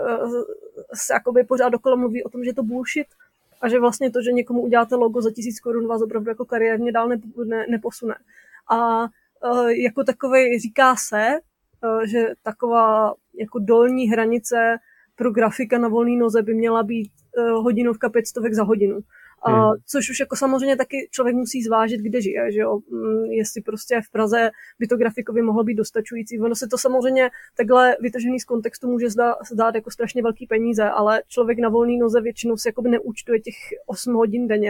se jakoby pořád dokola mluví o tom, že je to bullshit, a že vlastně to, že někomu uděláte logo za tisíc korun, vás opravdu jako kariérně dál ne, ne, neposune. A uh, jako takovej říká se, uh, že taková jako dolní hranice pro grafika na volné noze by měla být uh, hodinovka pět stovek za hodinu. Hmm. Uh, což už jako samozřejmě taky člověk musí zvážit, kde žije, že jo? Mm, jestli prostě v Praze by to grafikovi mohlo být dostačující. Ono se to samozřejmě takhle vytržený z kontextu může zdát, zdát jako strašně velký peníze, ale člověk na volné noze většinou si jakoby neúčtuje těch osm hodin denně.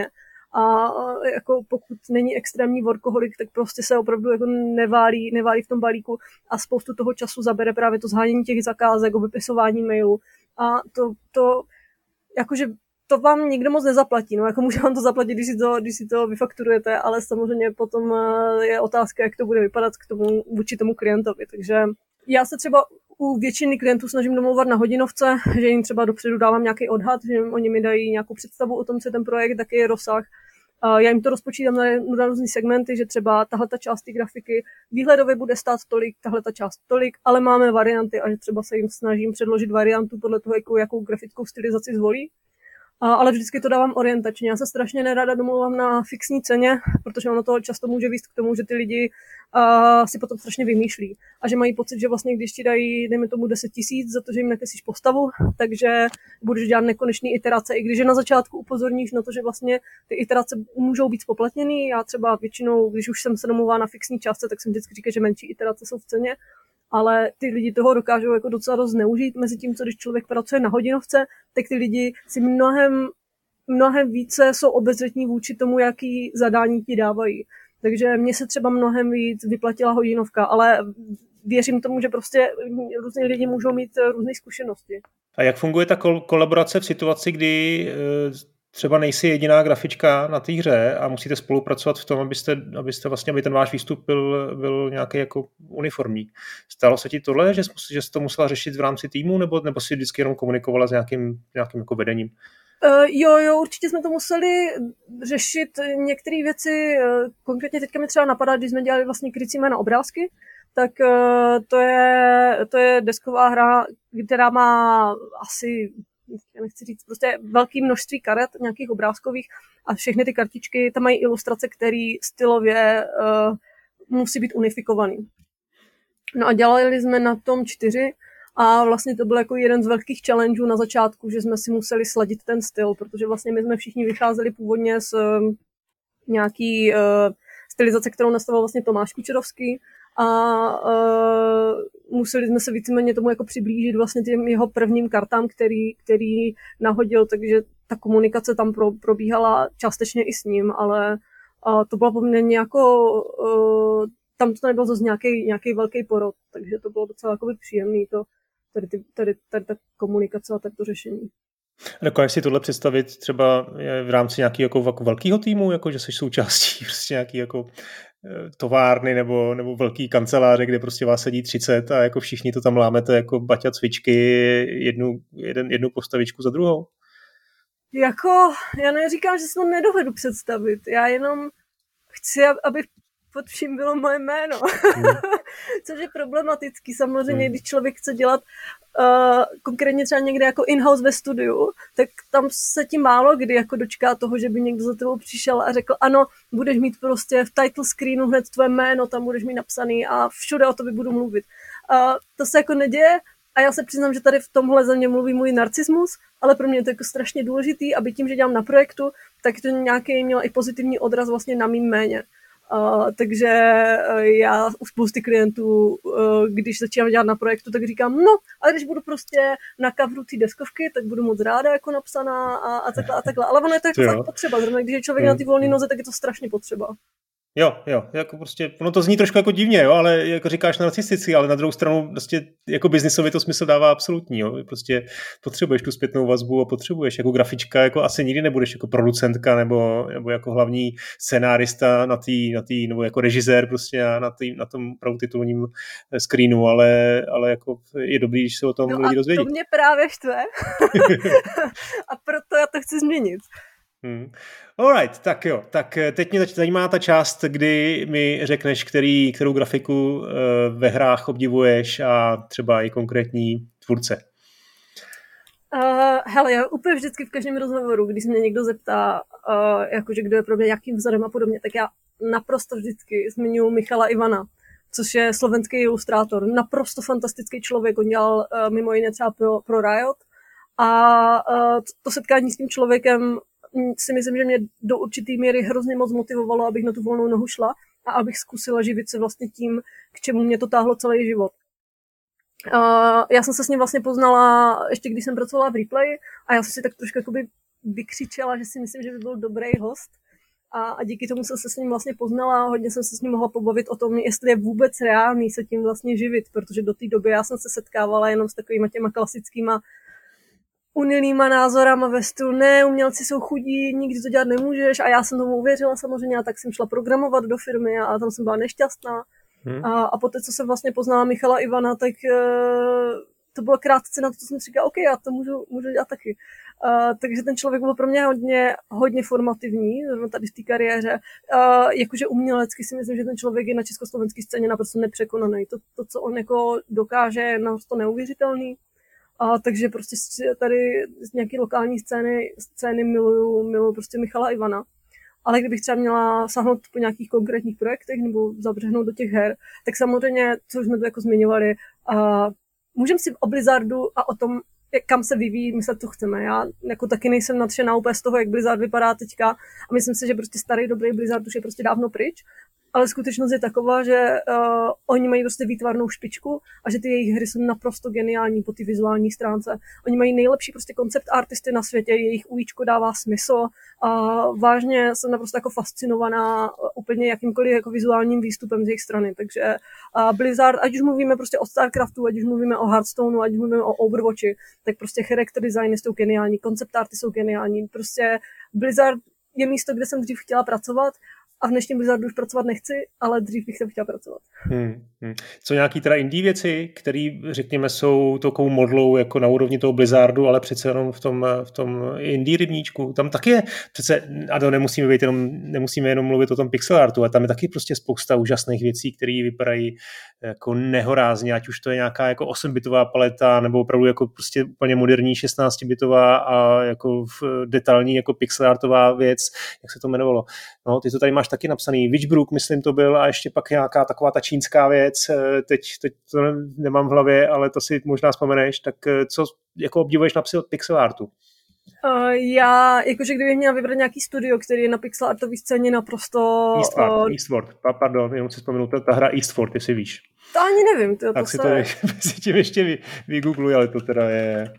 A jako pokud není extrémní workoholik, tak prostě se opravdu jako neválí, neválí v tom balíku a spoustu toho času zabere právě to zhánění těch zakázek, vypisování mailů. A to, to jakože to vám nikdo moc nezaplatí, no jako může vám to zaplatit, když si to, když si to vyfakturujete, ale samozřejmě potom je otázka, jak to bude vypadat k tomu, vůči tomu klientovi, takže já se třeba u většiny klientů snažím domlouvat na hodinovce, že jim třeba dopředu dávám nějaký odhad, že oni mi dají nějakou představu o tom, co je ten projekt, jaký je rozsah. Já jim to rozpočítám na, na různé segmenty, že třeba tahle ta část té grafiky výhledově bude stát tolik, tahle ta část tolik, ale máme varianty a že třeba se jim snažím předložit variantu podle toho, jakou, jakou grafickou stylizaci zvolí. A, ale vždycky to dávám orientačně. Já se strašně nerada domluvám na fixní ceně, protože ono to často může vést k tomu, že ty lidi uh, si potom strašně vymýšlí. A že mají pocit, že vlastně když ti dají, dejme tomu deset tisíc za to, že jim nakreslíš postavu, takže budeš dělat nekonečný iterace. I když je na začátku upozorníš na to, že vlastně ty iterace můžou být spoplatněný. Já třeba většinou, když už jsem se domluvila na fixní částce, tak jsem vždycky říkala, že menší iterace jsou v ceně. Ale ty lidi toho dokážou jako docela dost zneužít, mezi tím, co když člověk pracuje na hodinovce, tak ty lidi si mnohem, mnohem více jsou obezřetní vůči tomu, jaký zadání ti dávají. Takže mně se třeba mnohem víc vyplatila hodinovka, ale věřím tomu, že prostě různí lidi můžou mít různé zkušenosti. A jak funguje ta kol- kolaborace v situaci, kdy třeba nejsi jediná grafička na té hře a musíte spolupracovat v tom, abyste, abyste vlastně, aby ten váš výstup byl, byl nějaký jako uniformní. Stalo se ti tohle, že, že jsi to musela řešit v rámci týmu, nebo, nebo jsi vždycky jenom komunikovala s nějakým, nějakým jako vedením? Uh, jo, jo, určitě jsme to museli řešit některé věci. Uh, konkrétně teďka mi třeba napadá, když jsme dělali vlastně krycí jména obrázky, tak uh, to, je, to je desková hra, která má asi... já nechci říct, prostě velké množství karet, nějakých obrázkových a všechny ty kartičky, tam mají ilustrace, které stylově uh, musí být unifikovaný. No a dělali jsme na tom čtyři a vlastně to byl jako jeden z velkých challengeů na začátku, že jsme si museli sladit ten styl, protože vlastně my jsme všichni vycházeli původně z uh, nějaký uh, stylizace, kterou nastavil vlastně Tomáš Kučerovský, a uh, museli jsme se víceméně tomu jako přiblížit vlastně těm jeho prvním kartám, který, který nahodil, takže ta komunikace tam pro, probíhala částečně i s ním, ale uh, to bylo poměrně jako, uh, tam to nebylo zase nějaký, nějaký velký porod, takže to bylo docela jako příjemný, to, tady, tady, tady, tady ta komunikace a tady to řešení. Dokážeš si tohle představit třeba v rámci nějakého jako, jako velkého týmu, jako že jsi součástí prostě nějaký jako továrny nebo, nebo velký kanceláře, kde prostě vás sedí třicet a jako všichni to tam lámete jako baťa cvičky, jednu, jeden, jednu postavičku za druhou? Jako, já neříkám, že si to nedovedu představit. Já jenom chci, aby pod vším bylo moje jméno. Hmm. Což je problematický samozřejmě, hmm. když člověk chce dělat uh, konkrétně třeba někde jako in-house ve studiu, tak tam se ti málo kdy jako dočká toho, že by někdo za tebou přišel a řekl, ano, budeš mít prostě v title screenu hned tvoje jméno, tam budeš mít napsaný a všude o tobě budu mluvit. Uh, to se jako neděje a já se přiznám, že tady v tomhle za mě mluví můj narcismus, ale pro mě je to jako strašně důležitý, aby tím, že dělám na projektu, tak to nějaký měl i pozitivní odraz vlastně na mým jméně. Uh, takže uh, já u spousty klientů, uh, když začínám dělat na projektu, tak říkám, no, a když budu prostě na coveru té deskovky, tak budu moc ráda jako napsaná a, a takhle a takhle. Ale ono je to jako fakt potřeba, zrovna když je člověk hmm. na ty volné noze, tak je to strašně potřeba. Jo, jo, jako prostě, ono to zní trošku jako divně, jo, ale jako říkáš narcisticky, ale na druhou stranu prostě jako biznisově to smysl dává absolutní, jo, prostě potřebuješ tu zpětnou vazbu a potřebuješ jako grafička, jako asi nikdy nebudeš jako producentka nebo, nebo jako hlavní scenárista na tý, na tý, nebo jako režisér prostě na, tý, na tom opravdu titulním screenu, ale, ale jako je dobrý, když se o tom no lidi dozvědí. To mě právě štve a proto já to chci změnit. Hmm. Alright, tak jo, tak teď mě zajímá ta část, kdy mi řekneš, který, kterou grafiku uh, ve hrách obdivuješ a třeba i konkrétní tvůrce. Uh, hele, já úplně vždycky v každém rozhovoru, když se mě někdo zeptá, uh, jakože kdo je pro mě jakým vzorem a podobně, tak já naprosto vždycky zmiňuji Michala Ivana, což je slovenský ilustrátor, naprosto fantastický člověk, on dělal uh, mimo jiné třeba pro, pro Riot a uh, to setkání s tím člověkem si myslím, že mě do určitý míry hrozně moc motivovalo, abych na tu volnou nohu šla a abych zkusila živit se vlastně tím, k čemu mě to táhlo celý život. Uh, já jsem se s ním vlastně poznala, ještě když jsem pracovala v Replay a já jsem si tak trošku jakoby vykřičela, že si myslím, že by byl dobrý host a, a díky tomu jsem se s ním vlastně poznala a hodně jsem se s ním mohla pobavit o tom, jestli je vůbec reálný se tím vlastně živit, protože do té doby já jsem se setkávala jenom s takovýma těma klasickýma unilýma názorama ve stylu, ne, umělci jsou chudí, nikdy to dělat nemůžeš a já jsem tomu uvěřila samozřejmě a tak jsem šla programovat do firmy a tam jsem byla nešťastná. Hmm. A, a poté, co jsem vlastně poznala Michala Ivana, tak uh, to bylo krátce na to, co jsem říkala, OK, já to můžu, můžu dělat taky. Uh, takže ten člověk byl pro mě hodně, hodně formativní tady v té kariéře. Uh, jakože umělecky si myslím, že ten člověk je na československé scéně naprosto nepřekonaný. To, to, co on jako dokáže, je naprosto neuvěřitelný. A takže prostě tady z nějaké lokální scény, scény miluju, miluju prostě Michala Ivana. Ale kdybych třeba měla sáhnout po nějakých konkrétních projektech nebo zabřehnout do těch her, tak samozřejmě, co už jsme to jako zmiňovali, a můžeme si o Blizzardu a o tom, kam se vyvíjí, myslet, co chceme. Já jako taky nejsem nadšená úplně z toho, jak Blizzard vypadá teďka a myslím si, že prostě starý dobrý Blizzard už je prostě dávno pryč. Ale skutečnost je taková, že uh, oni mají prostě výtvarnou špičku a že ty jejich hry jsou naprosto geniální po ty vizuální stránce. Oni mají nejlepší prostě koncept artisty na světě, jejich ujíčko dává smysl a vážně jsem naprosto jako fascinovaná úplně jakýmkoliv jako vizuálním výstupem z jejich strany. Takže uh, Blizzard, ať už mluvíme prostě o StarCraftu, ať už mluvíme o Hearthstoneu, ať už mluvíme o Overwatchi, tak prostě character designy jsou geniální, koncept arty jsou geniální. Prostě Blizzard je místo, kde jsem dřív chtěla pracovat. A v dnešním Blizzardu už pracovat nechci, ale dřív bych tam chtěla pracovat. Hmm, hmm. Co nějaký teda indie věci, které, řekněme, jsou takovou modlou jako na úrovni toho Blizzardu, ale přece jenom v tom, v tom indie rybníčku. Tam taky je přece, a to nemusíme být jenom, nemusíme jenom mluvit o tom pixel artu, ale tam je taky prostě spousta úžasných věcí, které vypadají jako nehorázně, ať už to je nějaká jako osmbitová paleta, nebo opravdu jako prostě úplně moderní šestnáctibitová a jako detailní jako pixel artová věc, jak se to jmenovalo. No, ty to tady máš taky napsaný, Witchbrook, myslím to byl, a ještě pak nějaká taková ta čínská věc, teď, teď to nemám v hlavě, ale to si možná vzpomeneš, tak co jako obdivuješ na pixel artu? Uh, já, jakože kdybych měla vybrat nějaký studio, který je na pixel artové scéně naprosto... Eastward, uh, Eastward, pardon, jenom si vzpomenu, ta, ta hra Eastward, jestli víš. To ani nevím. Tyjo, tak to si se... to si tím ještě vy, vygoogluj, ale to teda je...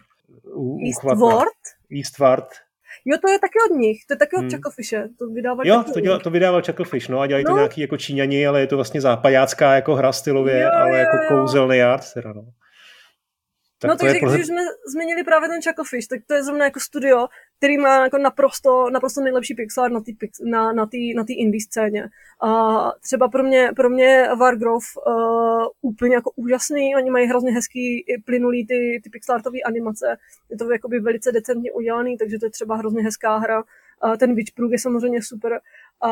Eastward? Eastward. Jo, to je taky od nich, to je taky od hmm. Chucklefiše, to vydával Jo, to, děla, to vydával Chucklefish, no a dělají no. to nějaký jako Číňani, ale je to vlastně západácká jako hra stylově, jo, ale jo, jako jo. kouzelný art teda, no. Tak no takže když jsme změnili právě ten Chucklefish, tak to je zrovna jako studio, který má jako naprosto, naprosto nejlepší pixel art na té na, na na indie scéně. A třeba pro mě, pro mě Wargrove uh, úplně jako úžasný, oni mají hrozně hezký, plynulý ty, ty pixelartové animace, je to jakoby velice decentně udělaný, takže to je třeba hrozně hezká hra. Uh, ten Witchbrook je samozřejmě super. A,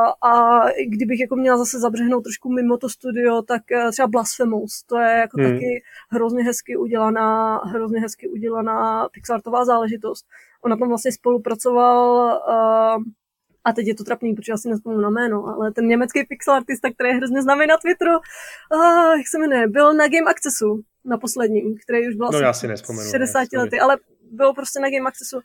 a kdybych jako měla zase zabřehnout trošku mimo to studio, tak třeba Blasphemous, to je jako hmm. taky hrozně hezky udělaná, hrozně hezky udělaná pixartová záležitost. On na tom vlastně spolupracoval uh, a teď je to trapný, protože já si nespomínám na jméno, ale ten německý pixelartista, který je hrozně známý na Twitteru, uh, jak se jmenuje, byl na Game Accessu, na posledním, který už byl no, asi já si šedesáti lety, ale byl prostě na Game Accessu.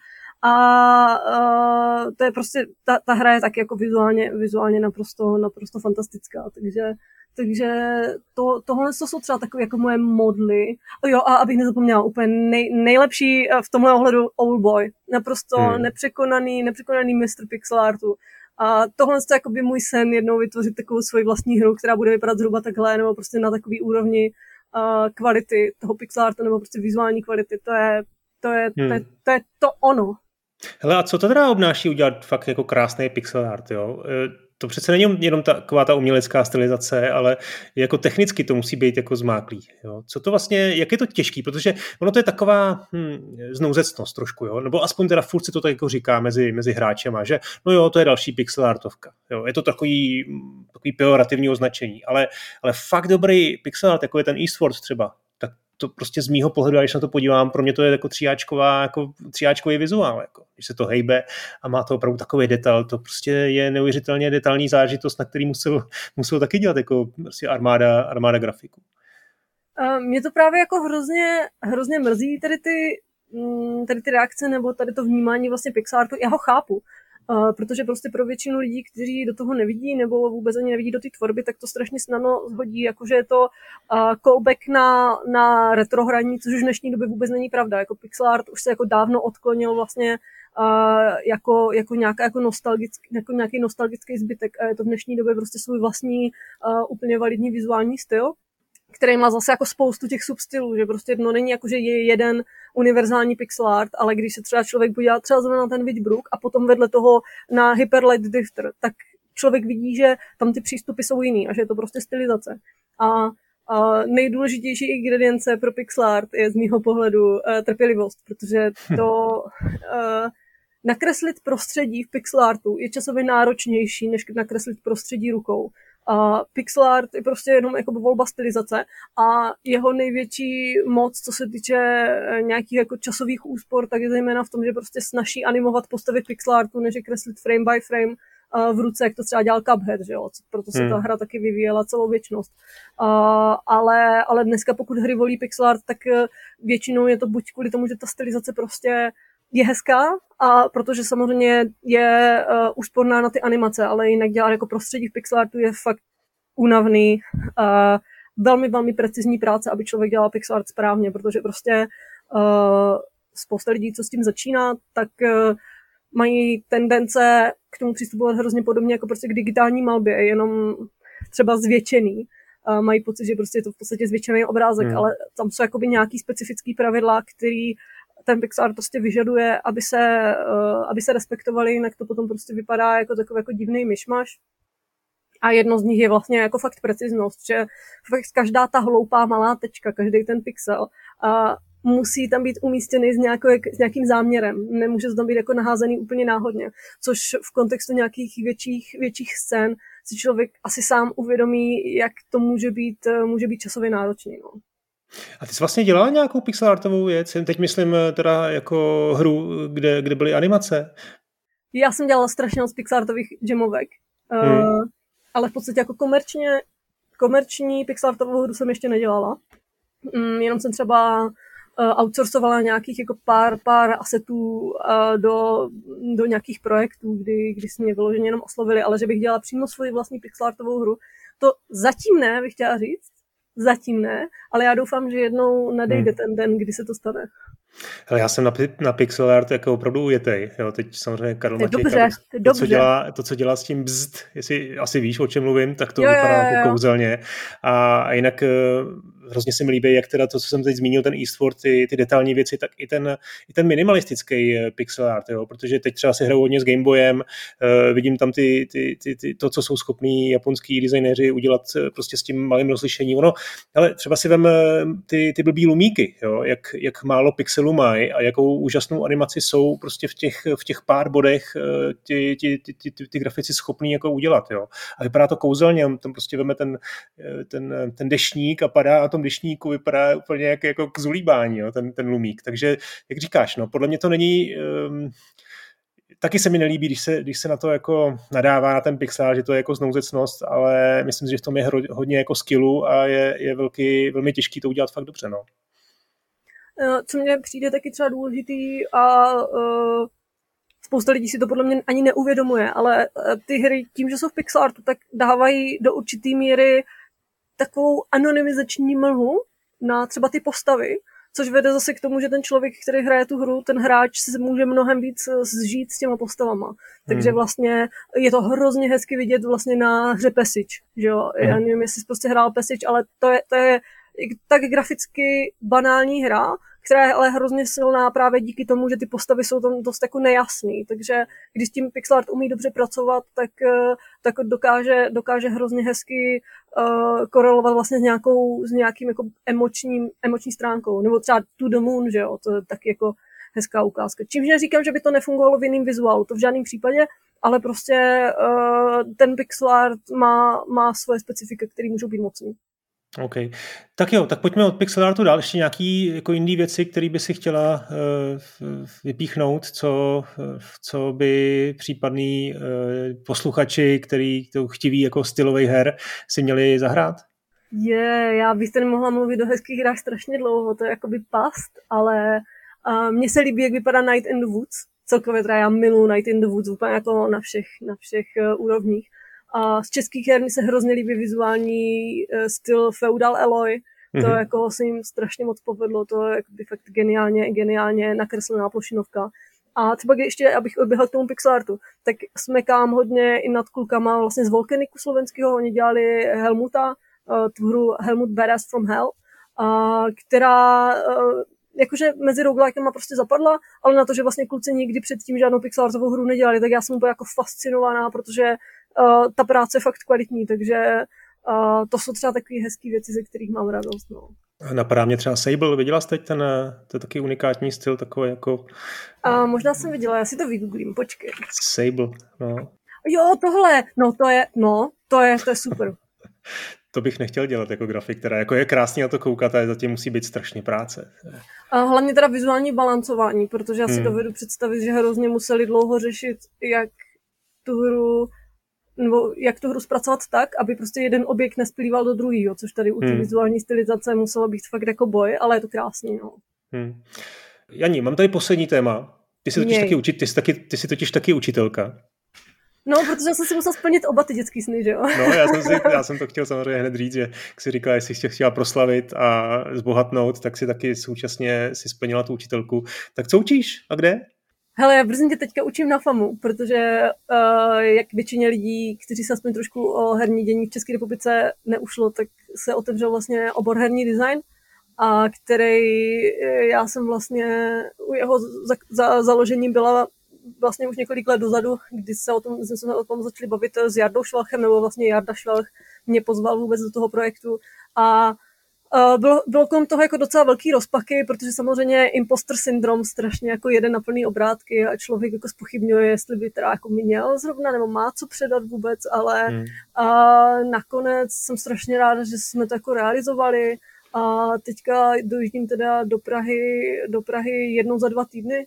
A uh, to je prostě, ta, ta hra je taky jako vizuálně, vizuálně naprosto, naprosto fantastická, takže, takže to, tohle to jsou třeba takové jako moje modly. Jo, a abych nezapomněla, úplně nej, nejlepší v tomhle ohledu Oldboy. Naprosto hmm. nepřekonaný, nepřekonaný mistr pixel artu. A tohle je jako by můj sen jednou vytvořit takovou svoji vlastní hru, která bude vypadat zhruba takhle, nebo prostě na takový úrovni uh, kvality toho pixel artu, nebo prostě vizuální kvality. To je to, je, hmm. to, je, to, je to ono. Hele, a co to teda obnáší udělat fakt jako krásný pixel art, jo? To přece není jenom taková ta umělecká stylizace, ale jako technicky to musí být jako zmáklý, jo? Co to vlastně, jak je to těžký, protože ono to je taková hm, znouzectnost trošku, jo? Nebo aspoň teda furt se to tak jako říká mezi, mezi hráčema, že no jo, to je další pixel artovka, jo? Je to takový, takový pejorativní označení, ale, ale fakt dobrý pixel art, jako je ten Eastward třeba, tak to prostě z mýho pohledu, když na to podívám, pro mě to je jako tříáčková, jako tříáčkový vizuál, jako, když se to hejbe a má to opravdu takový detail, to prostě je neuvěřitelně detailní zážitost, na který musel, musel taky dělat jako prostě armáda, armáda grafiků. Mě to právě jako hrozně, hrozně mrzí, tady ty, tady ty reakce nebo tady to vnímání vlastně pixartu, já ho chápu. Uh, protože prostě pro většinu lidí, kteří do toho nevidí nebo vůbec ani nevidí do té tvorby, tak to strašně snadno zhodí, jakože je to uh, callback na, na retrohraní, což už v dnešní době vůbec není pravda. Jako pixel art už se jako dávno odklonil vlastně uh, jako, jako, nějaká, jako, nostalgický, jako nějaký nostalgický zbytek a je to v dnešní době prostě svůj vlastní uh, úplně validní vizuální styl, který má zase jako spoustu těch substylů, že prostě no není jako, že je jeden univerzální pixel art, ale když se třeba člověk podívá třeba zrovna na ten Witchbrook a potom vedle toho na Hyperlight Drifter, tak člověk vidí, že tam ty přístupy jsou jiný a že je to prostě stylizace. A, a nejdůležitější ingredience pro pixel art je z mýho pohledu uh, trpělivost, protože to uh, nakreslit prostředí v pixel artu je časově náročnější, než nakreslit prostředí rukou. A pixel art je prostě jenom jako volba stylizace a jeho největší moc, co se týče nějakých jako časových úspor, tak je zejména v tom, že prostě snaží animovat postavy pixel artu, než je kreslit frame by frame v ruce, jak to třeba dělal Cuphead, že jo? Proto se hmm. ta hra taky vyvíjela celou věčnost. Uh, ale, ale dneska pokud hry volí pixel art, tak většinou je to buď kvůli tomu, že ta stylizace prostě je hezká, a protože samozřejmě je uh, úsporná na ty animace, ale jinak dělat jako prostředí v pixel artu je fakt únavný. Uh, velmi, velmi precizní práce, aby člověk dělal pixel art správně, protože prostě uh, spousta lidí, co s tím začíná, tak uh, mají tendence k tomu přistupovat hrozně podobně jako prostě k digitální malbě, jenom třeba zvětšený. Uh, mají pocit, že prostě je to v podstatě zvětšený obrázek, hmm. ale tam jsou jakoby nějaký specifický pravidla, který ten pixel art prostě vyžaduje, aby se, uh, aby se respektovali, jinak to potom prostě vypadá jako takový jako divný myšmaš. A jedno z nich je vlastně jako fakt preciznost, že fakt každá ta hloupá malá tečka, každý ten pixel uh, musí tam být umístěný s, nějakou, s nějakým záměrem. Nemůže to tam být jako naházený úplně náhodně, což v kontextu nějakých větších, větších scén si člověk asi sám uvědomí, jak to může být, může být časově náročný. No. A ty jsi vlastně dělala nějakou pixel artovou věc? Teď myslím teda jako hru, kde, kde byly animace. Já jsem dělala strašně moc pixel artových jamovek, hmm. uh, ale v podstatě jako komerčně, komerční pixel artovou hru jsem ještě nedělala. Um, jenom jsem třeba uh, outsourcovala nějakých jako pár, pár asetů uh, do, do nějakých projektů, kdy, kdy jsme mě vyloženě jenom oslovili, ale že bych dělala přímo svoji vlastní pixel artovou hru, to zatím ne, bych chtěla říct. Zatím ne, ale já doufám, že jednou nadejde hmm. ten den, kdy se to stane. Hele, já jsem na, na pixel art jako opravdu ujetej. Jo, teď samozřejmě Karel Matějka, dobře, to, dobře. Co dělá, to, co dělá s tím bzd, jestli asi víš, o čem mluvím, tak to jo, vypadá jo, jo. jako kouzelně. A, a jinak hrozně se mi líbí, jak teda to, co jsem teď zmínil, ten Eastward, ty, ty detailní věci, tak i ten, i ten minimalistický pixel art, jo, protože teď třeba si hraju hodně s Gameboyem, uh, vidím tam ty, ty, ty, ty, to, co jsou schopní japonský designéři udělat prostě s tím malým rozlišením. Ono, ale třeba si vem ty, ty blbý lumíky, jo, jak, jak málo pixelů mají a jakou úžasnou animaci jsou prostě v těch, v těch pár bodech ty, ty, ty, ty, ty, ty grafici schopní jako udělat, jo. A vypadá to kouzelně, tam prostě veme ten, ten, ten deštník a padá na tom deštníku, vypadá úplně jak, jako k zulíbání, jo, ten, ten lumík. Takže, jak říkáš, no, podle mě to není... Um, taky se mi nelíbí, když se, když se na to jako nadává na ten pixel, že to je jako znouzecnost, ale myslím si, že v tom je hro, hodně jako skillu a je, je velký, velmi těžký to udělat fakt dobře, no. Co mně přijde taky třeba důležitý a uh, spousta lidí si to podle mě ani neuvědomuje, ale ty hry tím, že jsou v pixel artu, tak dávají do určitý míry takovou anonymizační mlhu na třeba ty postavy, což vede zase k tomu, že ten člověk, který hraje tu hru, ten hráč se může mnohem víc zžít s těma postavama. Takže vlastně je to hrozně hezky vidět vlastně na hře Passage, že jo. Hmm. Já nevím, jestli jsi prostě hrál Passage, ale to je, to je tak graficky banální hra, která je ale hrozně silná právě díky tomu, že ty postavy jsou tam dost jako nejasný. Takže když tím pixel art umí dobře pracovat, tak, tak dokáže, dokáže hrozně hezky uh, korelovat vlastně s nějakou, s nějakým jako emočním, emoční stránkou. Nebo třeba To the Moon, že jo, to je taky jako hezká ukázka. Čímž neříkám, že by to nefungovalo v jiném vizuálu, to v žádném případě, ale prostě uh, ten pixel art má, má svoje specifika, které můžou být mocný. OK. Tak jo, tak pojďme od pixel artu dál. Ještě nějaký jako jiný věci, které by si chtěla uh, vypíchnout, co, co by případný uh, posluchači, který to chtiví jako stylový her, si měli zahrát? Je, yeah, já bych tady mohla mluvit o hezkých hrách strašně dlouho, to je jakoby past, ale uh, mně se líbí, jak vypadá Night in the Woods. Celkově teda já miluji Night in the Woods úplně jako na všech, na všech uh, úrovních. A z českých her mi se hrozně líbí vizuální uh, styl Feudal Alloy. To mm-hmm. jako se jim strašně moc povedlo, to je jakoby fakt geniálně, geniálně nakreslená plošinovka. A třeba když ještě, abych odběhla k tomu pixelartu, tak smekám hodně i nad klukama vlastně z Volcaniku slovenského, oni dělali Helmuta, uh, tu hru Helmut Badass from Hell, uh, která uh, jakože mezi roguelikema prostě zapadla, ale na to, že vlastně kluci nikdy předtím žádnou pixelartovou hru nedělali, tak já jsem byla jako fascinovaná, protože Uh, ta práce je fakt kvalitní, takže uh, to jsou třeba takové hezké věci, ze kterých mám radost. No. Napadá mě třeba Sable, viděla jsi teď ten, to je taky unikátní styl, takový jako... Uh, možná jsem viděla, já si to vygooglím, počkej. Sable, no. Jo, tohle, no to je, no, to je, to je super. To bych nechtěl dělat jako grafik, která jako je krásně na to koukat, ale zatím musí být strašně práce. A hlavně teda vizuální balancování, protože já si hmm. dovedu představit, že hrozně museli dlouho řešit, jak tu hru nebo jak tu hru zpracovat tak, aby prostě jeden objekt nesplýval do druhého, což tady u té hmm. vizuální stylizace muselo být fakt jako boj, ale je to krásný. No. Hmm. Jani, mám tady poslední téma. Ty jsi totiž, taky, učit, ty jsi taky, ty jsi totiž taky učitelka. No, protože já jsem si musel splnit oba ty dětský sny, že jo? No, já jsem, si, já jsem to chtěl samozřejmě hned říct, že jak jsi říkala, jestli jsi chtěla proslavit a zbohatnout, tak si taky současně si splnila tu učitelku. Tak co učíš a kde? Hele, já brzy tě teďka učím na FAMu, protože uh, jak většině lidí, kteří se aspoň trošku o herní dění v České republice neušlo, tak se otevřel vlastně obor herní design, a který já jsem vlastně u jeho za, za, založení byla vlastně už několik let dozadu, kdy se o tom, jsme o tom začali bavit s Jardou Švalchem, nebo vlastně Jarda Švalch mě pozval vůbec do toho projektu a Uh, bylo, bylo kolem toho jako docela velký rozpaky, protože samozřejmě imposter syndrom strašně jako jede na plný obrátky a člověk jako zpochybňuje, jestli by teda jako měl zrovna nebo má co předat vůbec, ale hmm. uh, nakonec jsem strašně ráda, že jsme to jako realizovali a teďka dojíždím teda do Prahy, do Prahy jednou za dva týdny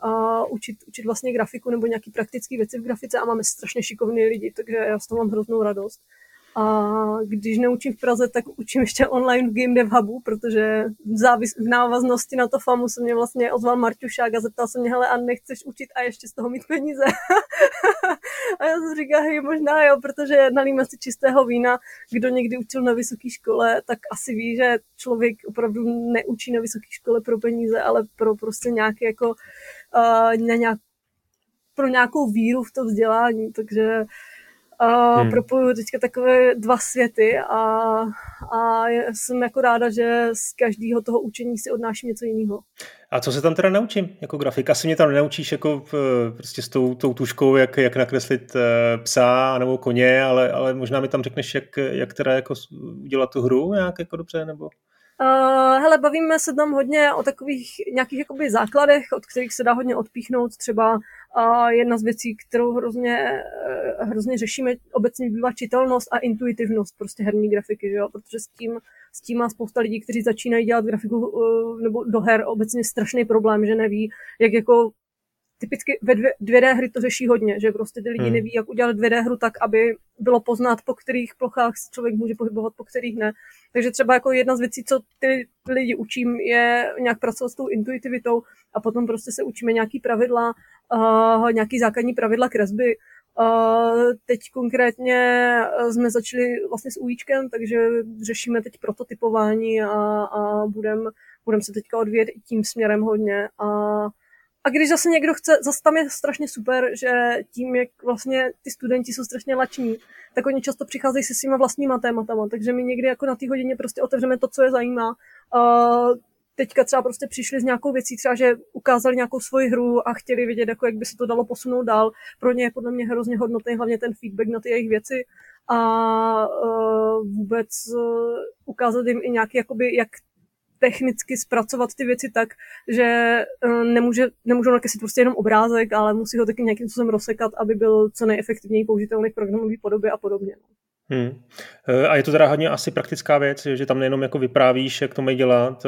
a učit, učit vlastně grafiku nebo nějaký praktické věci v grafice a máme strašně šikovný lidi, takže já z toho mám hroznou radost. A když neučím v Praze, tak učím ještě online v Game Dev Hubu, protože v, závis, v návaznosti na to FAMu se mě vlastně ozval Marťušák a zeptal se mě, hele, a nechceš učit a ještě z toho mít peníze? A já jsem říkala, hej, možná jo, protože nalíme si čistého vína. Kdo někdy učil na vysoké škole, tak asi ví, že člověk opravdu neučí na vysoké škole pro peníze, ale pro prostě nějaké jako uh, na nějak, pro nějakou víru v to vzdělání, takže Uh, hmm. propojuju teďka takové dva světy a a jsem jako ráda, že z každého toho učení si odnáším něco jiného. A co se tam teda naučím jako grafik? Asi mě tam nenaučíš jako v, prostě s tou, tou tuškou, jak, jak nakreslit psa nebo koně, ale, ale možná mi tam řekneš, jak, jak teda jako udělat tu hru nějak jako dobře, nebo... Uh, hele, bavíme se tam hodně o takových nějakých jakoby základech, od kterých se dá hodně odpíchnout. Třeba uh, jedna z věcí, kterou hrozně, uh, hrozně řešíme, obecně bývá čitelnost a intuitivnost prostě herní grafiky, že jo? Protože s tím, s tím má spousta lidí, kteří začínají dělat grafiku uh, nebo do her obecně strašný problém, že neví, jak jako typicky ve dvě dé hry to řeší hodně, že prostě ty lidi hmm. neví, jak udělat dvě dé hru tak, aby bylo poznat, po kterých plochách člověk může pohybovat, po kterých ne. Takže třeba jako jedna z věcí, co ty lidi učím, je nějak pracovat s tou intuitivitou a potom prostě se učíme nějaký pravidla, uh, nějaký základní pravidla kresby. Uh, teď konkrétně jsme začali vlastně s UIčkem, takže řešíme teď prototypování a, a budeme budem se teďka odvíjet i tím směrem hodně. A A když zase někdo chce, zase tam je strašně super, že tím, jak vlastně ty studenti jsou strašně lační, tak oni často přicházejí se svýma vlastníma tématama, takže my někdy jako na té hodině prostě otevřeme to, co je zajímá. Uh, teďka třeba prostě přišli s nějakou věcí, třeba, že ukázali nějakou svoji hru a chtěli vědět, jako jak by se to dalo posunout dál. Pro ně je podle mě hrozně hodnotný hlavně ten feedback na ty jejich věci a uh, vůbec uh, ukázat jim i nějaký, jakoby, jak technicky zpracovat ty věci tak, že nemůže, nemůžou nakreslit prostě jenom obrázek, ale musí ho taky nějakým způsobem rozsekat, aby byl co nejefektivněji podobný v programové podobě a podobně. Hmm. A je to teda hodně asi praktická věc, že tam nejenom jako vyprávíš, jak to mají dělat,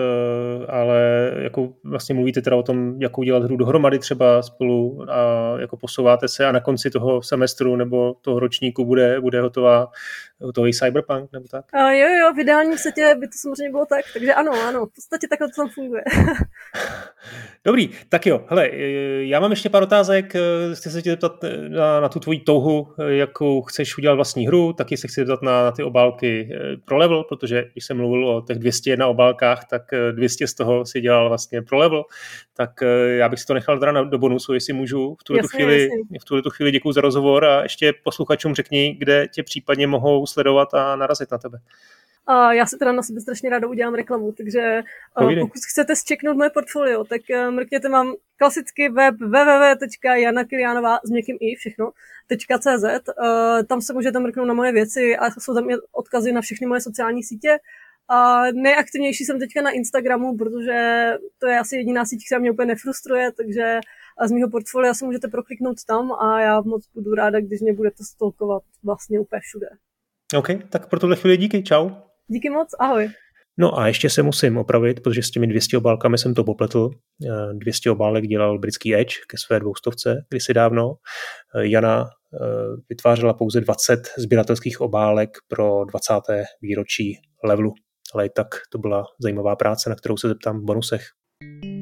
ale jako vlastně mluvíte teda o tom, jak udělat hru dohromady třeba spolu a jako posouváte se a na konci toho semestru nebo toho ročníku bude, bude hotová hotový Cyberpunk nebo tak? A jo, jo, v ideálním světě by to samozřejmě bylo tak, takže ano, ano, v podstatě takhle to tam funguje. Dobrý, tak jo, hele, já mám ještě pár otázek, chci se tě zeptat na, na tu tvoji touhu, jakou chceš udělat vlastní hru, taky se chci zeptat na, na ty obálky pro level, protože když jsem mluvil o těch dvě stě jedna obálkách, tak dvě stě z toho si dělal vlastně pro level, tak já bych si to nechal teda do bonusu, jestli můžu. V tuhle tu chvíli, v tuhle tu chvíli děkuju za rozhovor a ještě posluchačům řekni, kde tě případně mohou sledovat a narazit na tebe. A já se teda na sebe strašně ráda udělám reklamu, takže Povídej. Pokud chcete zčeknout moje portfolio, tak mrkněte, mám klasicky web w w w tečka jana kilianová s měkkým i všechno, .cz, tam se můžete mrknout na moje věci a jsou tam odkazy na všechny moje sociální sítě. A nejaktivnější jsem teďka na Instagramu, protože to je asi jediná síť, která mě úplně nefrustruje, takže z mého portfolia se můžete prokliknout tam a já moc budu ráda, když mě budete stalkovat vlastně úplně všude. OK, tak pro tuhle chvíli díky, čau. Díky moc, ahoj. No a ještě se musím opravit, protože s těmi dvě stě obálkami jsem to popletl. dvě stě obálek dělal britský Edge ke své dvoustovce kdysi dávno. Jana vytvářela pouze dvacet sběratelských obálek pro dvacáté výročí levelu. Ale i tak to byla zajímavá práce, na kterou se zeptám v bonusech.